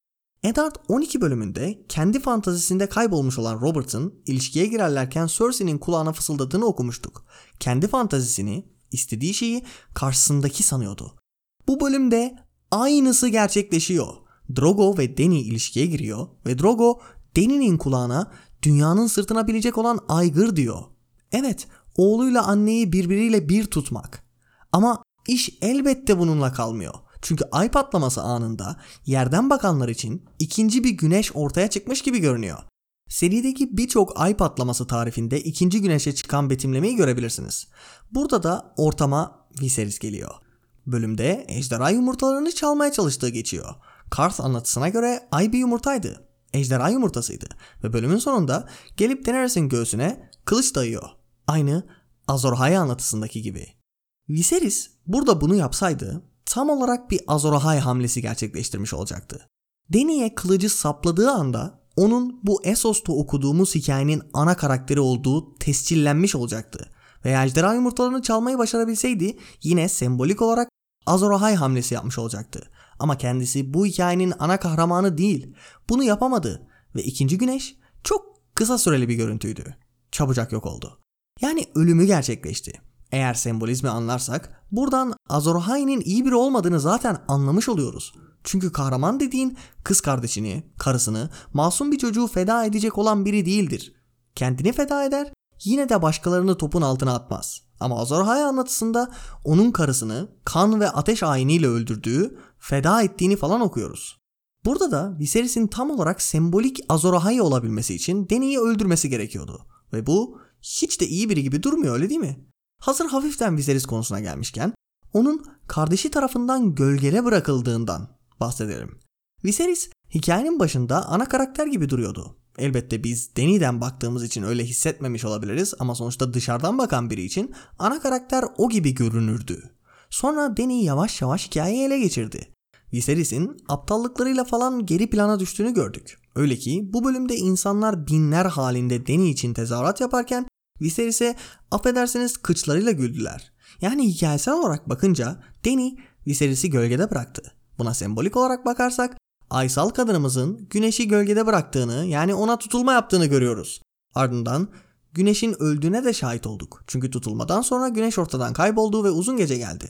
Eddard 12 bölümünde kendi fantazisinde kaybolmuş olan Robert'ın ilişkiye girerlerken Cersei'nin kulağına fısıldadığını okumuştuk. Kendi fantazisini, istediği şeyi karşısındaki sanıyordu. Bu bölümde aynısı gerçekleşiyor. Drogo ve Dany ilişkiye giriyor ve Drogo Dany'nin kulağına dünyanın sırtına binecek olan aygır diyor. Evet, oğluyla anneyi birbiriyle bir tutmak. Ama iş elbette bununla kalmıyor. Çünkü ay patlaması anında yerden bakanlar için ikinci bir güneş ortaya çıkmış gibi görünüyor. Serideki birçok ay patlaması tarifinde ikinci güneşe çıkan betimlemeyi görebilirsiniz. Burada da ortama Viserys geliyor. Bölümde ejderha yumurtalarını çalmaya çalıştığı geçiyor. Karth anlatısına göre ay bir yumurtaydı. Ejderha yumurtasıydı ve bölümün sonunda gelip Daenerys'in göğsüne kılıç dayıyor. Aynı Azor Ahai anlatısındaki gibi. Viserys burada bunu yapsaydı tam olarak bir Azor Ahai hamlesi gerçekleştirmiş olacaktı. Dany'ye kılıcı sapladığı anda onun bu Essos'ta okuduğumuz hikayenin ana karakteri olduğu tescillenmiş olacaktı. Ve ejderha yumurtalarını çalmayı başarabilseydi yine sembolik olarak Azor Ahai hamlesi yapmış olacaktı. Ama kendisi bu hikayenin ana kahramanı değil. Bunu yapamadı ve ikinci güneş çok kısa süreli bir görüntüydü. Çabucak yok oldu. Yani ölümü gerçekleşti. Eğer sembolizmi anlarsak buradan Azor Ahai'nin iyi biri olmadığını zaten anlamış oluyoruz. Çünkü kahraman dediğin kız kardeşini, karısını, masum bir çocuğu feda edecek olan biri değildir. Kendini feda eder, yine de başkalarını topun altına atmaz. Ama Azor Ahai anlatısında onun karısını kan ve ateş ayiniyle öldürdüğü, feda ettiğini falan okuyoruz. Burada da Viserys'in tam olarak sembolik Azor Ahai olabilmesi için Dany'yi öldürmesi gerekiyordu. Ve bu hiç de iyi biri gibi durmuyor, öyle değil mi? Hazır hafiften Viserys konusuna gelmişken onun kardeşi tarafından gölgede bırakıldığından bahsedelim. Viserys hikayenin başında ana karakter gibi duruyordu. Elbette biz Dany'den baktığımız için öyle hissetmemiş olabiliriz ama sonuçta dışarıdan bakan biri için ana karakter o gibi görünürdü. Sonra Dany yavaş yavaş hikayeyi ele geçirdi. Viserys'in aptallıklarıyla falan geri plana düştüğünü gördük. Öyle ki bu bölümde insanlar binler halinde Dany için tezahürat yaparken Viserys'e affedersiniz kıçlarıyla güldüler. Yani hikayesel olarak bakınca Dany Viserys'i gölgede bıraktı. Buna sembolik olarak bakarsak aysal kadınımızın güneşi gölgede bıraktığını, yani ona tutulma yaptığını görüyoruz. Ardından güneşin öldüğüne de şahit olduk. Çünkü tutulmadan sonra güneş ortadan kayboldu ve uzun gece geldi.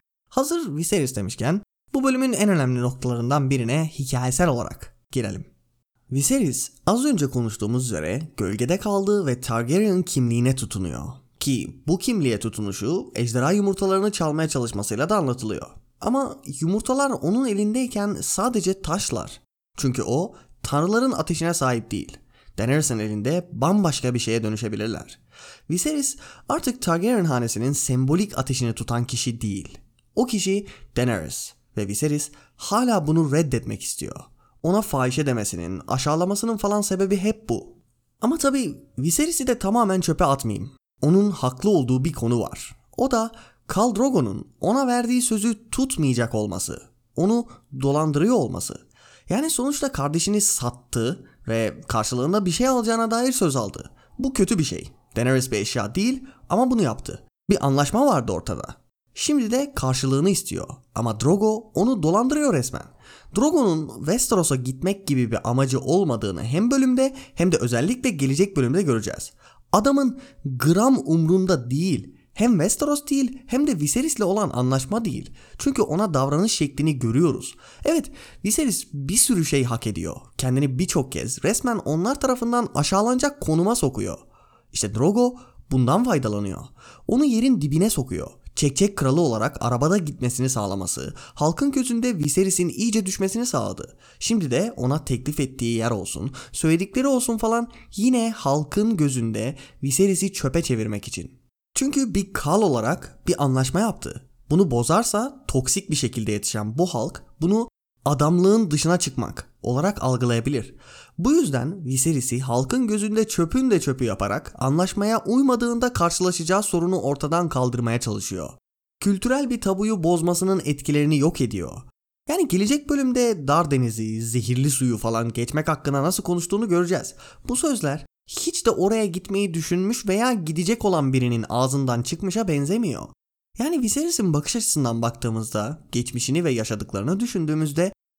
Hazır Viserys demişken bu bölümün en önemli noktalarından birine hikayesel olarak girelim. Viserys az önce konuştuğumuz üzere gölgede kaldı ve Targaryen kimliğine tutunuyor. Ki bu kimliğe tutunuşu ejderha yumurtalarını çalmaya çalışmasıyla da anlatılıyor. Ama yumurtalar onun elindeyken sadece taşlar. Çünkü o tanrıların ateşine sahip değil. Daenerys'in elinde bambaşka bir şeye dönüşebilirler. Viserys artık Targaryen hanesinin sembolik ateşini tutan kişi değil. O kişi Daenerys ve Viserys hala bunu reddetmek istiyor. Ona fahişe demesinin, aşağılamasının falan sebebi hep bu. Ama tabii Viserys'i de tamamen çöpe atmayayım. Onun haklı olduğu bir konu var. O da Khal Drogo'nun ona verdiği sözü tutmayacak olması. Onu dolandırıyor olması. Yani sonuçta kardeşini sattı ve karşılığında bir şey alacağına dair söz aldı. Bu kötü bir şey. Daenerys bir eşya değil ama bunu yaptı. Bir anlaşma vardı ortada. Şimdi de karşılığını istiyor. Ama Drogo onu dolandırıyor resmen. Drogo'nun Westeros'a gitmek gibi bir amacı olmadığını hem bölümde hem de özellikle gelecek bölümde göreceğiz. Adamın gram umrunda değil. Hem Westeros değil hem de Viserys'le olan anlaşma değil. Çünkü ona davranış şeklini görüyoruz. Evet, Viserys bir sürü şey hak ediyor. Kendini birçok kez resmen onlar tarafından aşağılanacak konuma sokuyor. İşte Drogo bundan faydalanıyor. Onu yerin dibine sokuyor. Çekçek kralı olarak arabada gitmesini sağlaması, halkın gözünde Viserys'in iyice düşmesini sağladı. Şimdi de ona teklif ettiği yer olsun, söyledikleri olsun falan yine halkın gözünde Viserys'i çöpe çevirmek için. Çünkü bir Khal olarak bir anlaşma yaptı. Bunu bozarsa toksik bir şekilde yetişen bu halk bunu adamlığın dışına çıkmak olarak algılayabilir. Bu yüzden Viserys'i halkın gözünde çöpün de çöpü yaparak anlaşmaya uymadığında karşılaşacağı sorunu ortadan kaldırmaya çalışıyor. Kültürel bir tabuyu bozmasının etkilerini yok ediyor. Yani gelecek bölümde dar denizi, zehirli suyu falan geçmek hakkında nasıl konuştuğunu göreceğiz. Bu sözler hiç de oraya gitmeyi düşünmüş veya gidecek olan birinin ağzından çıkmışa benzemiyor. Yani Viserys'in bakış açısından baktığımızda, geçmişini ve yaşadıklarını düşündüğümüzde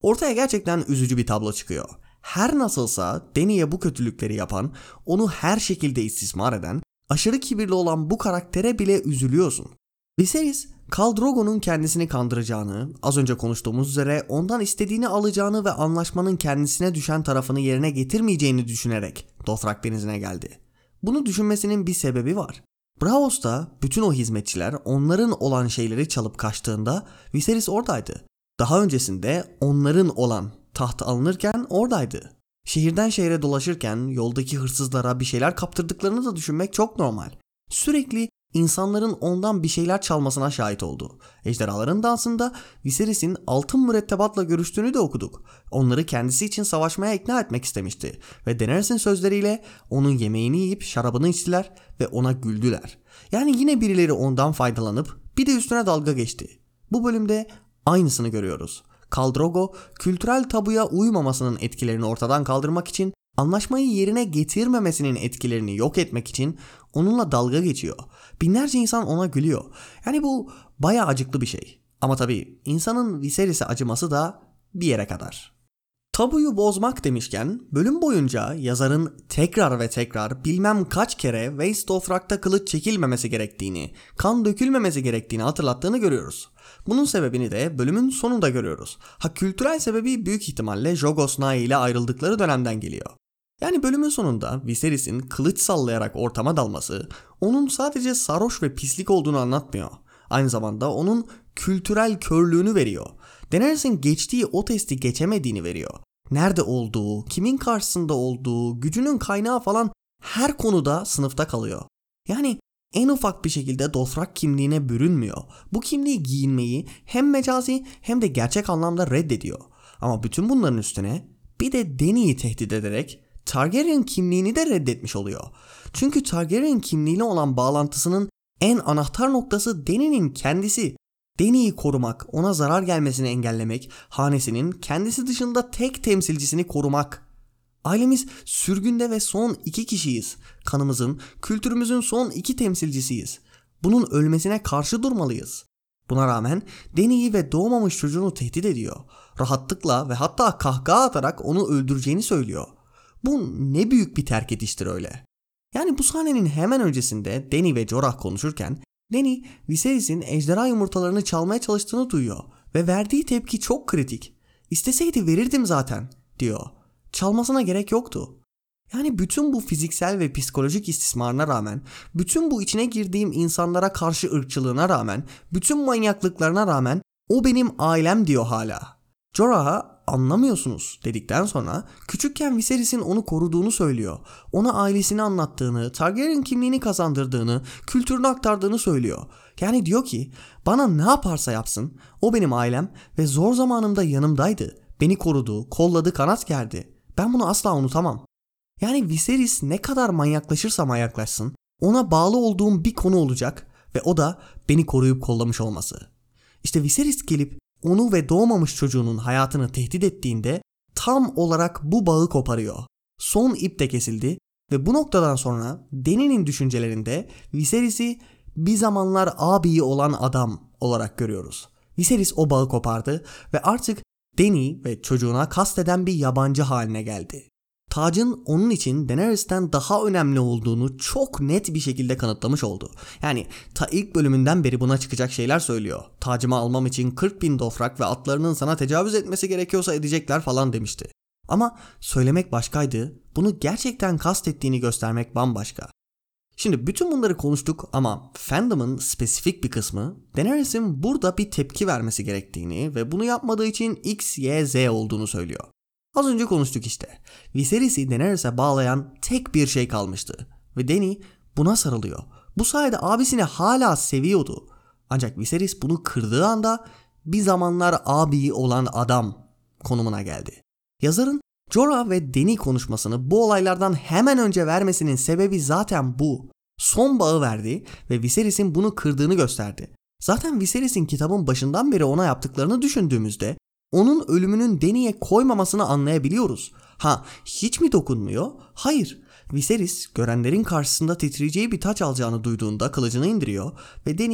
Ortaya gerçekten üzücü bir tablo çıkıyor. Her nasılsa Dany'ye bu kötülükleri yapan, onu her şekilde istismar eden, aşırı kibirli olan bu karaktere bile üzülüyorsun. Viserys, Khal Drogo'nun kendisini kandıracağını, az önce konuştuğumuz üzere ondan istediğini alacağını ve anlaşmanın kendisine düşen tarafını yerine getirmeyeceğini düşünerek Dothrak denizine geldi. Bunu düşünmesinin bir sebebi var. Braavos'ta bütün o hizmetçiler onların olan şeyleri çalıp kaçtığında Viserys oradaydı. Daha öncesinde onların olan taht alınırken oradaydı. Şehirden şehre dolaşırken yoldaki hırsızlara bir şeyler kaptırdıklarını da düşünmek çok normal. Sürekli insanların ondan bir şeyler çalmasına şahit oldu. Ejderhaların dansında Viserys'in altın mürettebatla görüştüğünü de okuduk. Onları kendisi için savaşmaya ikna etmek istemişti ve Daenerys'in sözleriyle onun yemeğini yiyip şarabını içtiler ve ona güldüler. Yani yine birileri ondan faydalanıp bir de üstüne dalga geçti. Bu bölümde aynısını görüyoruz. Khal Drogo kültürel tabuya uymamasının etkilerini ortadan kaldırmak için, anlaşmayı yerine getirmemesinin etkilerini yok etmek için onunla dalga geçiyor. Binlerce insan ona gülüyor. Yani bu bayağı acıklı bir şey. Ama tabii insanın Viserys'e acıması da bir yere kadar. Tabuyu bozmak demişken bölüm boyunca yazarın tekrar ve tekrar bilmem kaç kere Waste Dothrak'ta kılıç çekilmemesi gerektiğini, kan dökülmemesi gerektiğini hatırlattığını görüyoruz. Bunun sebebini de bölümün sonunda görüyoruz. Kültürel sebebi büyük ihtimalle Jogos Nai ile ayrıldıkları dönemden geliyor. Yani bölümün sonunda Viserys'in kılıç sallayarak ortama dalması onun sadece sarhoş ve pislik olduğunu anlatmıyor. Aynı zamanda onun kültürel körlüğünü veriyor. Daenerys'in geçtiği o testi geçemediğini veriyor. Nerede olduğu, kimin karşısında olduğu, gücünün kaynağı falan her konuda sınıfta kalıyor. Yani en ufak bir şekilde Dothrak kimliğine bürünmüyor. Bu kimliği giyinmeyi hem mecazi hem de gerçek anlamda reddediyor. Ama bütün bunların üstüne bir de Dany'yi tehdit ederek Targaryen kimliğini de reddetmiş oluyor. Çünkü Targaryen kimliğiyle olan bağlantısının en anahtar noktası Dany'nin kendisi. Dany'yi korumak, ona zarar gelmesini engellemek, hanesinin kendisi dışında tek temsilcisini korumak. Ailemiz sürgünde ve son 2 kişiyiz. Kanımızın, kültürümüzün son 2 temsilcisiyiz. Bunun ölmesine karşı durmalıyız. Buna rağmen Dany'yi ve doğmamış çocuğunu tehdit ediyor. Rahatlıkla ve hatta kahkaha atarak onu öldüreceğini söylüyor. Bu ne büyük bir terk ediştir öyle. Yani bu sahnenin hemen öncesinde Dany ve Jorah konuşurken Dany, Viserys'in ejderha yumurtalarını çalmaya çalıştığını duyuyor ve verdiği tepki çok kritik. İsteseydi verirdim zaten diyor. Çalmasına gerek yoktu. Yani bütün bu fiziksel ve psikolojik istismarına rağmen, bütün bu içine girdiğim insanlara karşı ırkçılığına rağmen, bütün manyaklıklarına rağmen o benim ailem diyor hala. Jorah'a anlamıyorsunuz dedikten sonra küçükken Viserys'in onu koruduğunu söylüyor. Ona ailesini anlattığını, Targaryen kimliğini kazandırdığını, kültürünü aktardığını söylüyor. Yani diyor ki bana ne yaparsa yapsın o benim ailem ve zor zamanımda yanımdaydı. Beni korudu, kolladı, kanat gerdi. Ben bunu asla unutamam. Yani Viserys ne kadar manyaklaşırsa manyaklaşsın ona bağlı olduğum bir konu olacak ve o da beni koruyup kollamış olması. İşte Viserys gelip onu ve doğmamış çocuğunun hayatını tehdit ettiğinde tam olarak bu bağı koparıyor. Son ip de kesildi ve bu noktadan sonra Dany'nin düşüncelerinde Viserys'i bir zamanlar abiyi olan adam olarak görüyoruz. Viserys o bağı kopardı ve artık Dany ve çocuğuna kasteden bir yabancı haline geldi. Tacın onun için Daenerys'ten daha önemli olduğunu çok net bir şekilde kanıtlamış oldu. Yani ta ilk bölümünden beri buna çıkacak şeyler söylüyor. Tacımı almam için 40.000 Dothrak ve atlarının sana tecavüz etmesi gerekiyorsa edecekler falan demişti. Ama söylemek başkaydı, bunu gerçekten kastettiğini göstermek bambaşka. Şimdi bütün bunları konuştuk ama fandom'ın spesifik bir kısmı Daenerys'in burada bir tepki vermesi gerektiğini ve bunu yapmadığı için X, Y, Z olduğunu söylüyor. Az önce konuştuk işte. Viserys'i Daenerys'e bağlayan tek bir şey kalmıştı. Ve Dany buna sarılıyor. Bu sayede abisini hala seviyordu. Ancak Viserys bunu kırdığı anda bir zamanlar abiyi olan adam konumuna geldi. Yazarın Jorah ve Dany konuşmasını bu olaylardan hemen önce vermesinin sebebi zaten bu. Son bağı verdi ve Viserys'in bunu kırdığını gösterdi. Zaten Viserys'in kitabın başından beri ona yaptıklarını düşündüğümüzde onun ölümünün Dany'ye koymamasını anlayabiliyoruz. Hiç mi dokunmuyor? Hayır. Viserys görenlerin karşısında titreyeceği bir taç alacağını duyduğunda kılıcını indiriyor ve Dany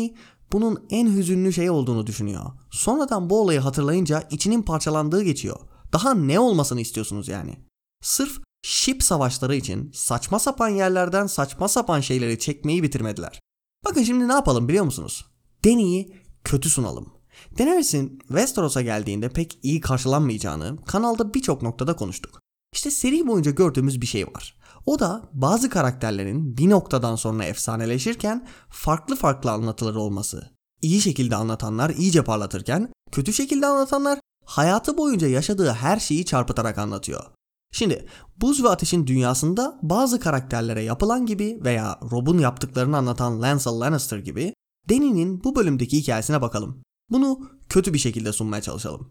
bunun en hüzünlü şey olduğunu düşünüyor. Sonradan bu olayı hatırlayınca içinin parçalandığı geçiyor. Daha ne olmasını istiyorsunuz yani? Sırf ship savaşları için saçma sapan yerlerden saçma sapan şeyleri çekmeyi bitirmediler. Bakın şimdi ne yapalım biliyor musunuz? Dany'yi kötü sunalım. Daenerys'in Westeros'a geldiğinde pek iyi karşılanmayacağını kanalda birçok noktada konuştuk. İşte seri boyunca gördüğümüz bir şey var. O da bazı karakterlerin bir noktadan sonra efsaneleşirken farklı farklı anlatıları olması. İyi şekilde anlatanlar iyice parlatırken kötü şekilde anlatanlar hayatı boyunca yaşadığı her şeyi çarpıtarak anlatıyor. Şimdi Buz ve Ateş'in dünyasında bazı karakterlere yapılan gibi veya Robb'un yaptıklarını anlatan Lancel Lannister gibi Dany'nin bu bölümdeki hikayesine bakalım. Bunu kötü bir şekilde sunmaya çalışalım.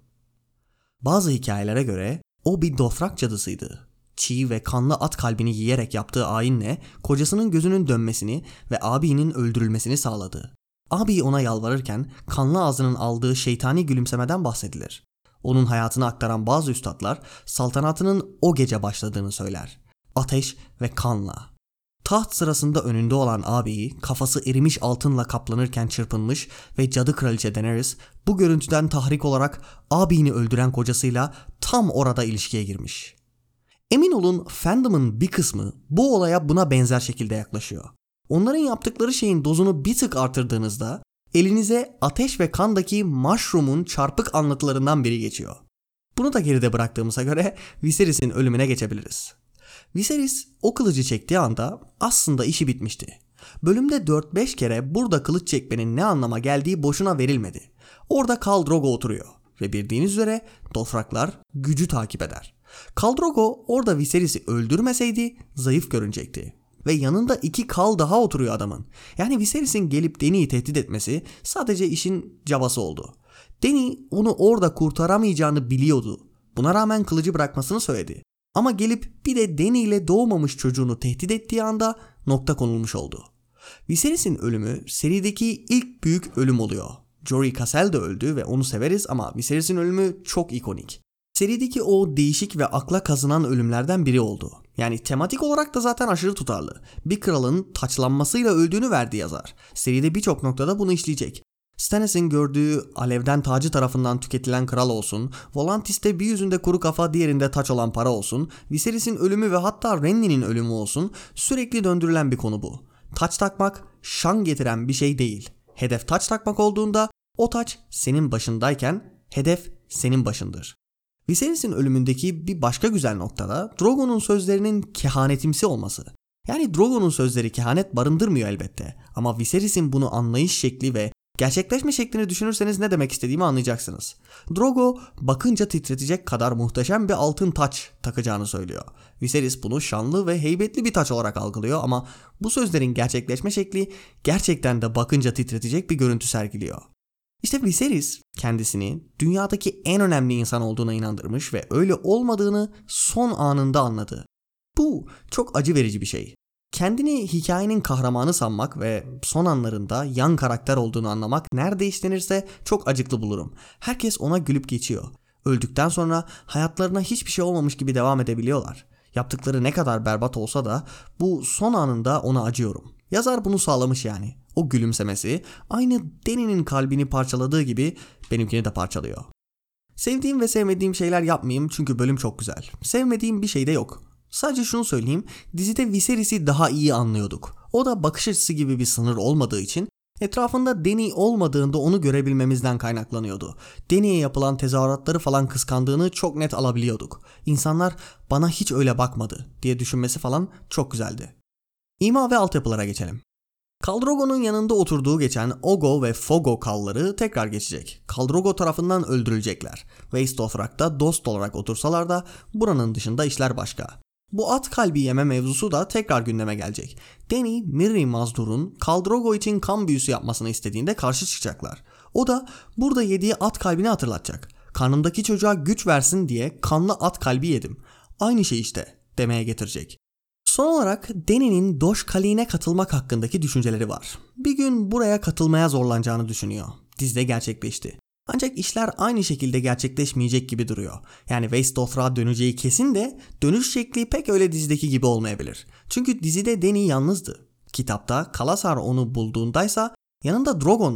Bazı hikayelere göre o bir Dothraki cadısıydı. Çiğ ve kanlı at kalbini yiyerek yaptığı ayinle kocasının gözünün dönmesini ve abinin öldürülmesini sağladı. Abi ona yalvarırken kanlı ağzının aldığı şeytani gülümsemeden bahsedilir. Onun hayatını aktaran bazı üstadlar saltanatının o gece başladığını söyler. Ateş ve kanla. Taht sırasında önünde olan abiyi kafası erimiş altınla kaplanırken çırpınmış ve cadı kraliçe Daenerys bu görüntüden tahrik olarak abini öldüren kocasıyla tam orada ilişkiye girmiş. Emin olun fandom'ın bir kısmı bu olaya buna benzer şekilde yaklaşıyor. Onların yaptıkları şeyin dozunu bir tık artırdığınızda elinize Ateş ve Kan'daki Mushroom'un çarpık anlatılarından biri geçiyor. Bunu da geride bıraktığımıza göre Viserys'in ölümüne geçebiliriz. Viserys o kılıcı çektiği anda aslında işi bitmişti. Bölümde 4-5 kere burada kılıç çekmenin ne anlama geldiği boşuna verilmedi. Orada Khal Drogo oturuyor ve bildiğiniz üzere Dothraklar gücü takip eder. Khal Drogo orada Viserys'i öldürmeseydi zayıf görünecekti. Ve yanında 2 Khal daha oturuyor adamın. Yani Viserys'in gelip Dany'yi tehdit etmesi sadece işin cabası oldu. Dany onu orada kurtaramayacağını biliyordu. Buna rağmen kılıcı bırakmasını söyledi. Ama gelip bir de Dany ile doğmamış çocuğunu tehdit ettiği anda nokta konulmuş oldu. Viserys'in ölümü serideki ilk büyük ölüm oluyor. Jory Cassel de öldü ve onu severiz ama Viserys'in ölümü çok ikonik. Serideki o değişik ve akla kazınan ölümlerden biri oldu. Yani tematik olarak da zaten aşırı tutarlı. Bir kralın taçlanmasıyla öldüğünü verdi yazar. Seride birçok noktada bunu işleyecek. Stannis'in gördüğü alevden tacı tarafından tüketilen kral olsun, Volantis'te bir yüzünde kuru kafa diğerinde taç olan para olsun, Viserys'in ölümü ve hatta Renly'nin ölümü olsun, sürekli döndürülen bir konu bu. Taç takmak şan getiren bir şey değil. Hedef taç takmak olduğunda o taç senin başındayken hedef senin başındır. Viserys'in ölümündeki bir başka güzel noktada Drogo'nun sözlerinin kehanetimsi olması. Yani Drogo'nun sözleri kehanet barındırmıyor elbette ama Viserys'in bunu anlayış şekli ve gerçekleşme şeklini düşünürseniz ne demek istediğimi anlayacaksınız. Drogo bakınca titretecek kadar muhteşem bir altın taç takacağını söylüyor. Viserys bunu şanlı ve heybetli bir taç olarak algılıyor ama bu sözlerin gerçekleşme şekli gerçekten de bakınca titretecek bir görüntü sergiliyor. İşte Viserys kendisini dünyadaki en önemli insan olduğuna inandırmış ve öyle olmadığını son anında anladı. Bu çok acı verici bir şey. Kendini hikayenin kahramanı sanmak ve son anlarında yan karakter olduğunu anlamak nerede işlenirse çok acıklı bulurum. Herkes ona gülüp geçiyor. Öldükten sonra hayatlarına hiçbir şey olmamış gibi devam edebiliyorlar. Yaptıkları ne kadar berbat olsa da bu son anında ona acıyorum. Yazar bunu sağlamış yani. O gülümsemesi aynı Dany'nin kalbini parçaladığı gibi benimkini de parçalıyor. Sevdiğim ve sevmediğim şeyler yapmayayım çünkü bölüm çok güzel. Sevmediğim bir şey de yok. Sadece şunu söyleyeyim, dizide Viserys'i daha iyi anlıyorduk. O da bakış açısı gibi bir sınır olmadığı için etrafında Dany olmadığında onu görebilmemizden kaynaklanıyordu. Dany'ye yapılan tezahüratları falan kıskandığını çok net alabiliyorduk. İnsanlar bana hiç öyle bakmadı diye düşünmesi falan çok güzeldi. İma ve altyapılara geçelim. Khal Drogo'nun yanında oturduğu geçen Ogo ve Fogo Khal'ları tekrar geçecek. Khal Drogo tarafından öldürülecekler. Waste Dothrak'ta dost olarak otursalar da buranın dışında işler başka. Bu at kalbi yeme mevzusu da tekrar gündeme gelecek. Dany, Mirri Mazdur'un Khal Drogo için kan büyüsü yapmasını istediğinde karşı çıkacaklar. O da burada yediği at kalbini hatırlatacak. Karnımdaki çocuğa güç versin diye kanlı at kalbi yedim. Aynı şey işte demeye getirecek. Son olarak Dany'nin Dosh Kali'ne katılmak hakkındaki düşünceleri var. Bir gün buraya katılmaya zorlanacağını düşünüyor. Dizide gerçekleşti. Ancak işler aynı şekilde gerçekleşmeyecek gibi duruyor. Yani Waste Dothrak'a döneceği kesin de dönüş şekli pek öyle dizideki gibi olmayabilir. Çünkü dizide Dany yalnızdı. Kitapta Kalasar onu bulduğundaysa yanında Drogon var.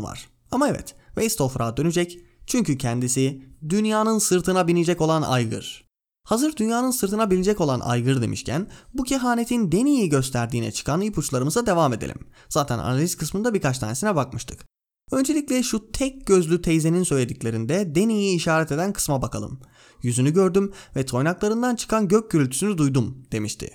Ama evet, Waistoffer'a dönecek çünkü kendisi dünyanın sırtına binecek olan aygır. Hazır dünyanın sırtına binecek olan aygır demişken bu kehanetin Danny'yi gösterdiğine çıkan ipuçlarımıza devam edelim. Zaten analiz kısmında birkaç tanesine bakmıştık. Öncelikle şu tek gözlü teyzenin söylediklerinde Danny'yi işaret eden kısma bakalım. Yüzünü gördüm ve toynaklarından çıkan gök gürültüsünü duydum demişti.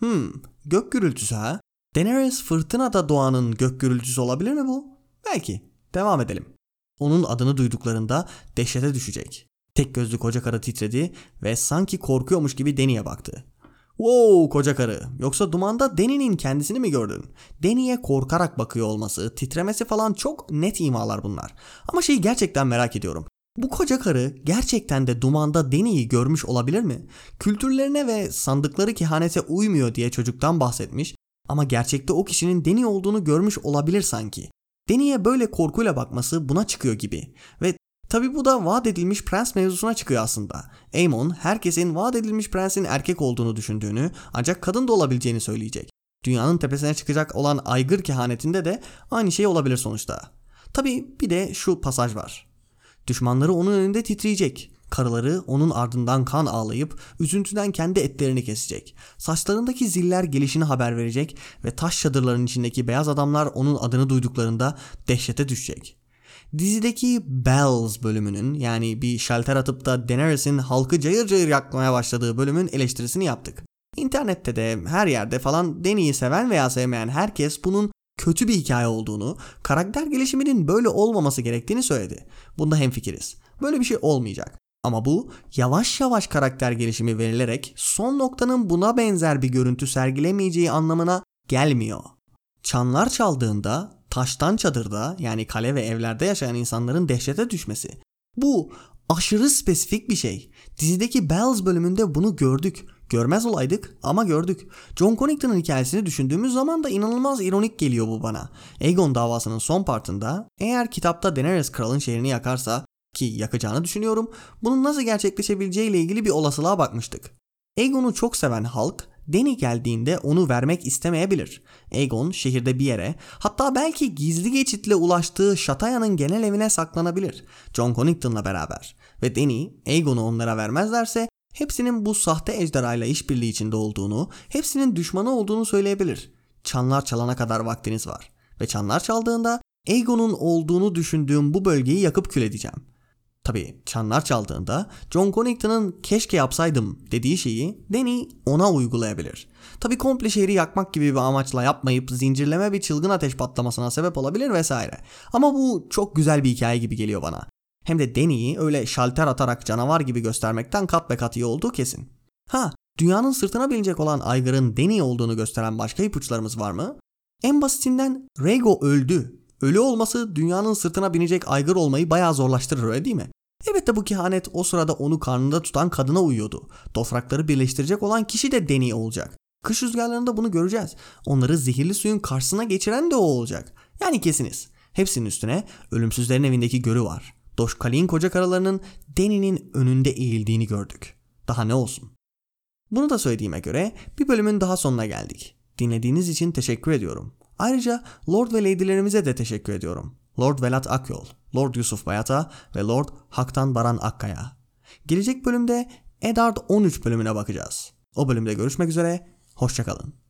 Gök gürültüsü ha? Daenerys fırtınada doğanın gök gürültüsü olabilir mi bu? Belki. Devam edelim. Onun adını duyduklarında dehşete düşecek. Tek gözlü koca karı titredi ve sanki korkuyormuş gibi Danny'ye baktı. Wow koca karı, yoksa dumanda Danny'nin kendisini mi gördün? Danny'ye korkarak bakıyor olması, titremesi falan çok net imalar bunlar. Ama şeyi gerçekten merak ediyorum. Bu koca karı gerçekten de dumanda Danny'yi görmüş olabilir mi? Kültürlerine ve sandıkları kehanete uymuyor diye çocuktan bahsetmiş ama gerçekte o kişinin Danny olduğunu görmüş olabilir sanki. Danny'ye böyle korkuyla bakması buna çıkıyor gibi. Ve tabi bu da vaat edilmiş prens mevzusuna çıkıyor aslında. Aemon herkesin vaat edilmiş prensin erkek olduğunu düşündüğünü ancak kadın da olabileceğini söyleyecek. Dünyanın tepesine çıkacak olan aygır kehanetinde de aynı şey olabilir sonuçta. Tabi bir de şu pasaj var. Düşmanları onun önünde titreyecek. Karıları onun ardından kan ağlayıp üzüntüden kendi etlerini kesecek. Saçlarındaki ziller gelişini haber verecek ve taş çadırların içindeki beyaz adamlar onun adını duyduklarında dehşete düşecek. Dizideki Bells bölümünün, yani bir şalter atıp da Daenerys'in halkı cayır cayır yakmaya başladığı bölümün eleştirisini yaptık. İnternette de her yerde falan Danny'yi seven veya sevmeyen herkes bunun kötü bir hikaye olduğunu, karakter gelişiminin böyle olmaması gerektiğini söyledi. Bunda hemfikiriz. Böyle bir şey olmayacak. Ama bu yavaş yavaş karakter gelişimi verilerek son noktanın buna benzer bir görüntü sergilemeyeceği anlamına gelmiyor. Çanlar çaldığında taştan çadırda, yani kale ve evlerde yaşayan insanların dehşete düşmesi. Bu aşırı spesifik bir şey. Dizideki Bells bölümünde bunu gördük. Görmez olaydık ama gördük. Jon Connington'ın hikayesini düşündüğümüz zaman da inanılmaz ironik geliyor bu bana. Aegon davasının son partında eğer kitapta Daenerys kralın şehrini yakarsa, ki yakacağını düşünüyorum, bunun nasıl gerçekleşebileceğiyle ilgili bir olasılığa bakmıştık. Aegon'u çok seven halk Danny geldiğinde onu vermek istemeyebilir. Aegon şehirde bir yere, hatta belki gizli geçitle ulaştığı Şataya'nın genel evine saklanabilir Jon Connington'la beraber. Ve Danny Aegon'u onlara vermezlerse hepsinin bu sahte ejderhayla işbirliği içinde olduğunu, hepsinin düşmanı olduğunu söyleyebilir. Çanlar çalana kadar vaktiniz var. Ve çanlar çaldığında Aegon'un olduğunu düşündüğüm bu bölgeyi yakıp kül edeceğim. Tabii çanlar çaldığında Jon Connington'ın keşke yapsaydım dediği şeyi Danny ona uygulayabilir. Tabii komple şehri yakmak gibi bir amaçla yapmayıp zincirleme bir çılgın ateş patlamasına sebep olabilir vesaire. Ama bu çok güzel bir hikaye gibi geliyor bana. Hem de Danny'yi öyle şalter atarak canavar gibi göstermekten kat be kat iyi olduğu kesin. Dünyanın sırtına binecek olan aygırın Danny olduğunu gösteren başka ipuçlarımız var mı? En basitinden Rhaego öldü. Ölü olması dünyanın sırtına binecek aygır olmayı bayağı zorlaştırır, öyle değil mi? Elbette bu kehanet o sırada onu karnında tutan kadına uyuyordu. Dofrakları birleştirecek olan kişi de Danny olacak. Kış rüzgarlarında bunu göreceğiz. Onları zehirli suyun karşısına geçiren de o olacak. Yani kesiniz. Hepsinin üstüne ölümsüzlerin evindeki görü var. Doşkalin koca karalarının Danny'nin önünde eğildiğini gördük. Daha ne olsun? Bunu da söylediğime göre bir bölümün daha sonuna geldik. Dinlediğiniz için teşekkür ediyorum. Ayrıca Lord ve Lady'lerimize de teşekkür ediyorum. Lord Velat Akyol, Lord Yusuf Bayata ve Lord Haktan Baran Akkaya. Gelecek bölümde Eddard 13 bölümüne bakacağız. O bölümde görüşmek üzere, hoşça kalın.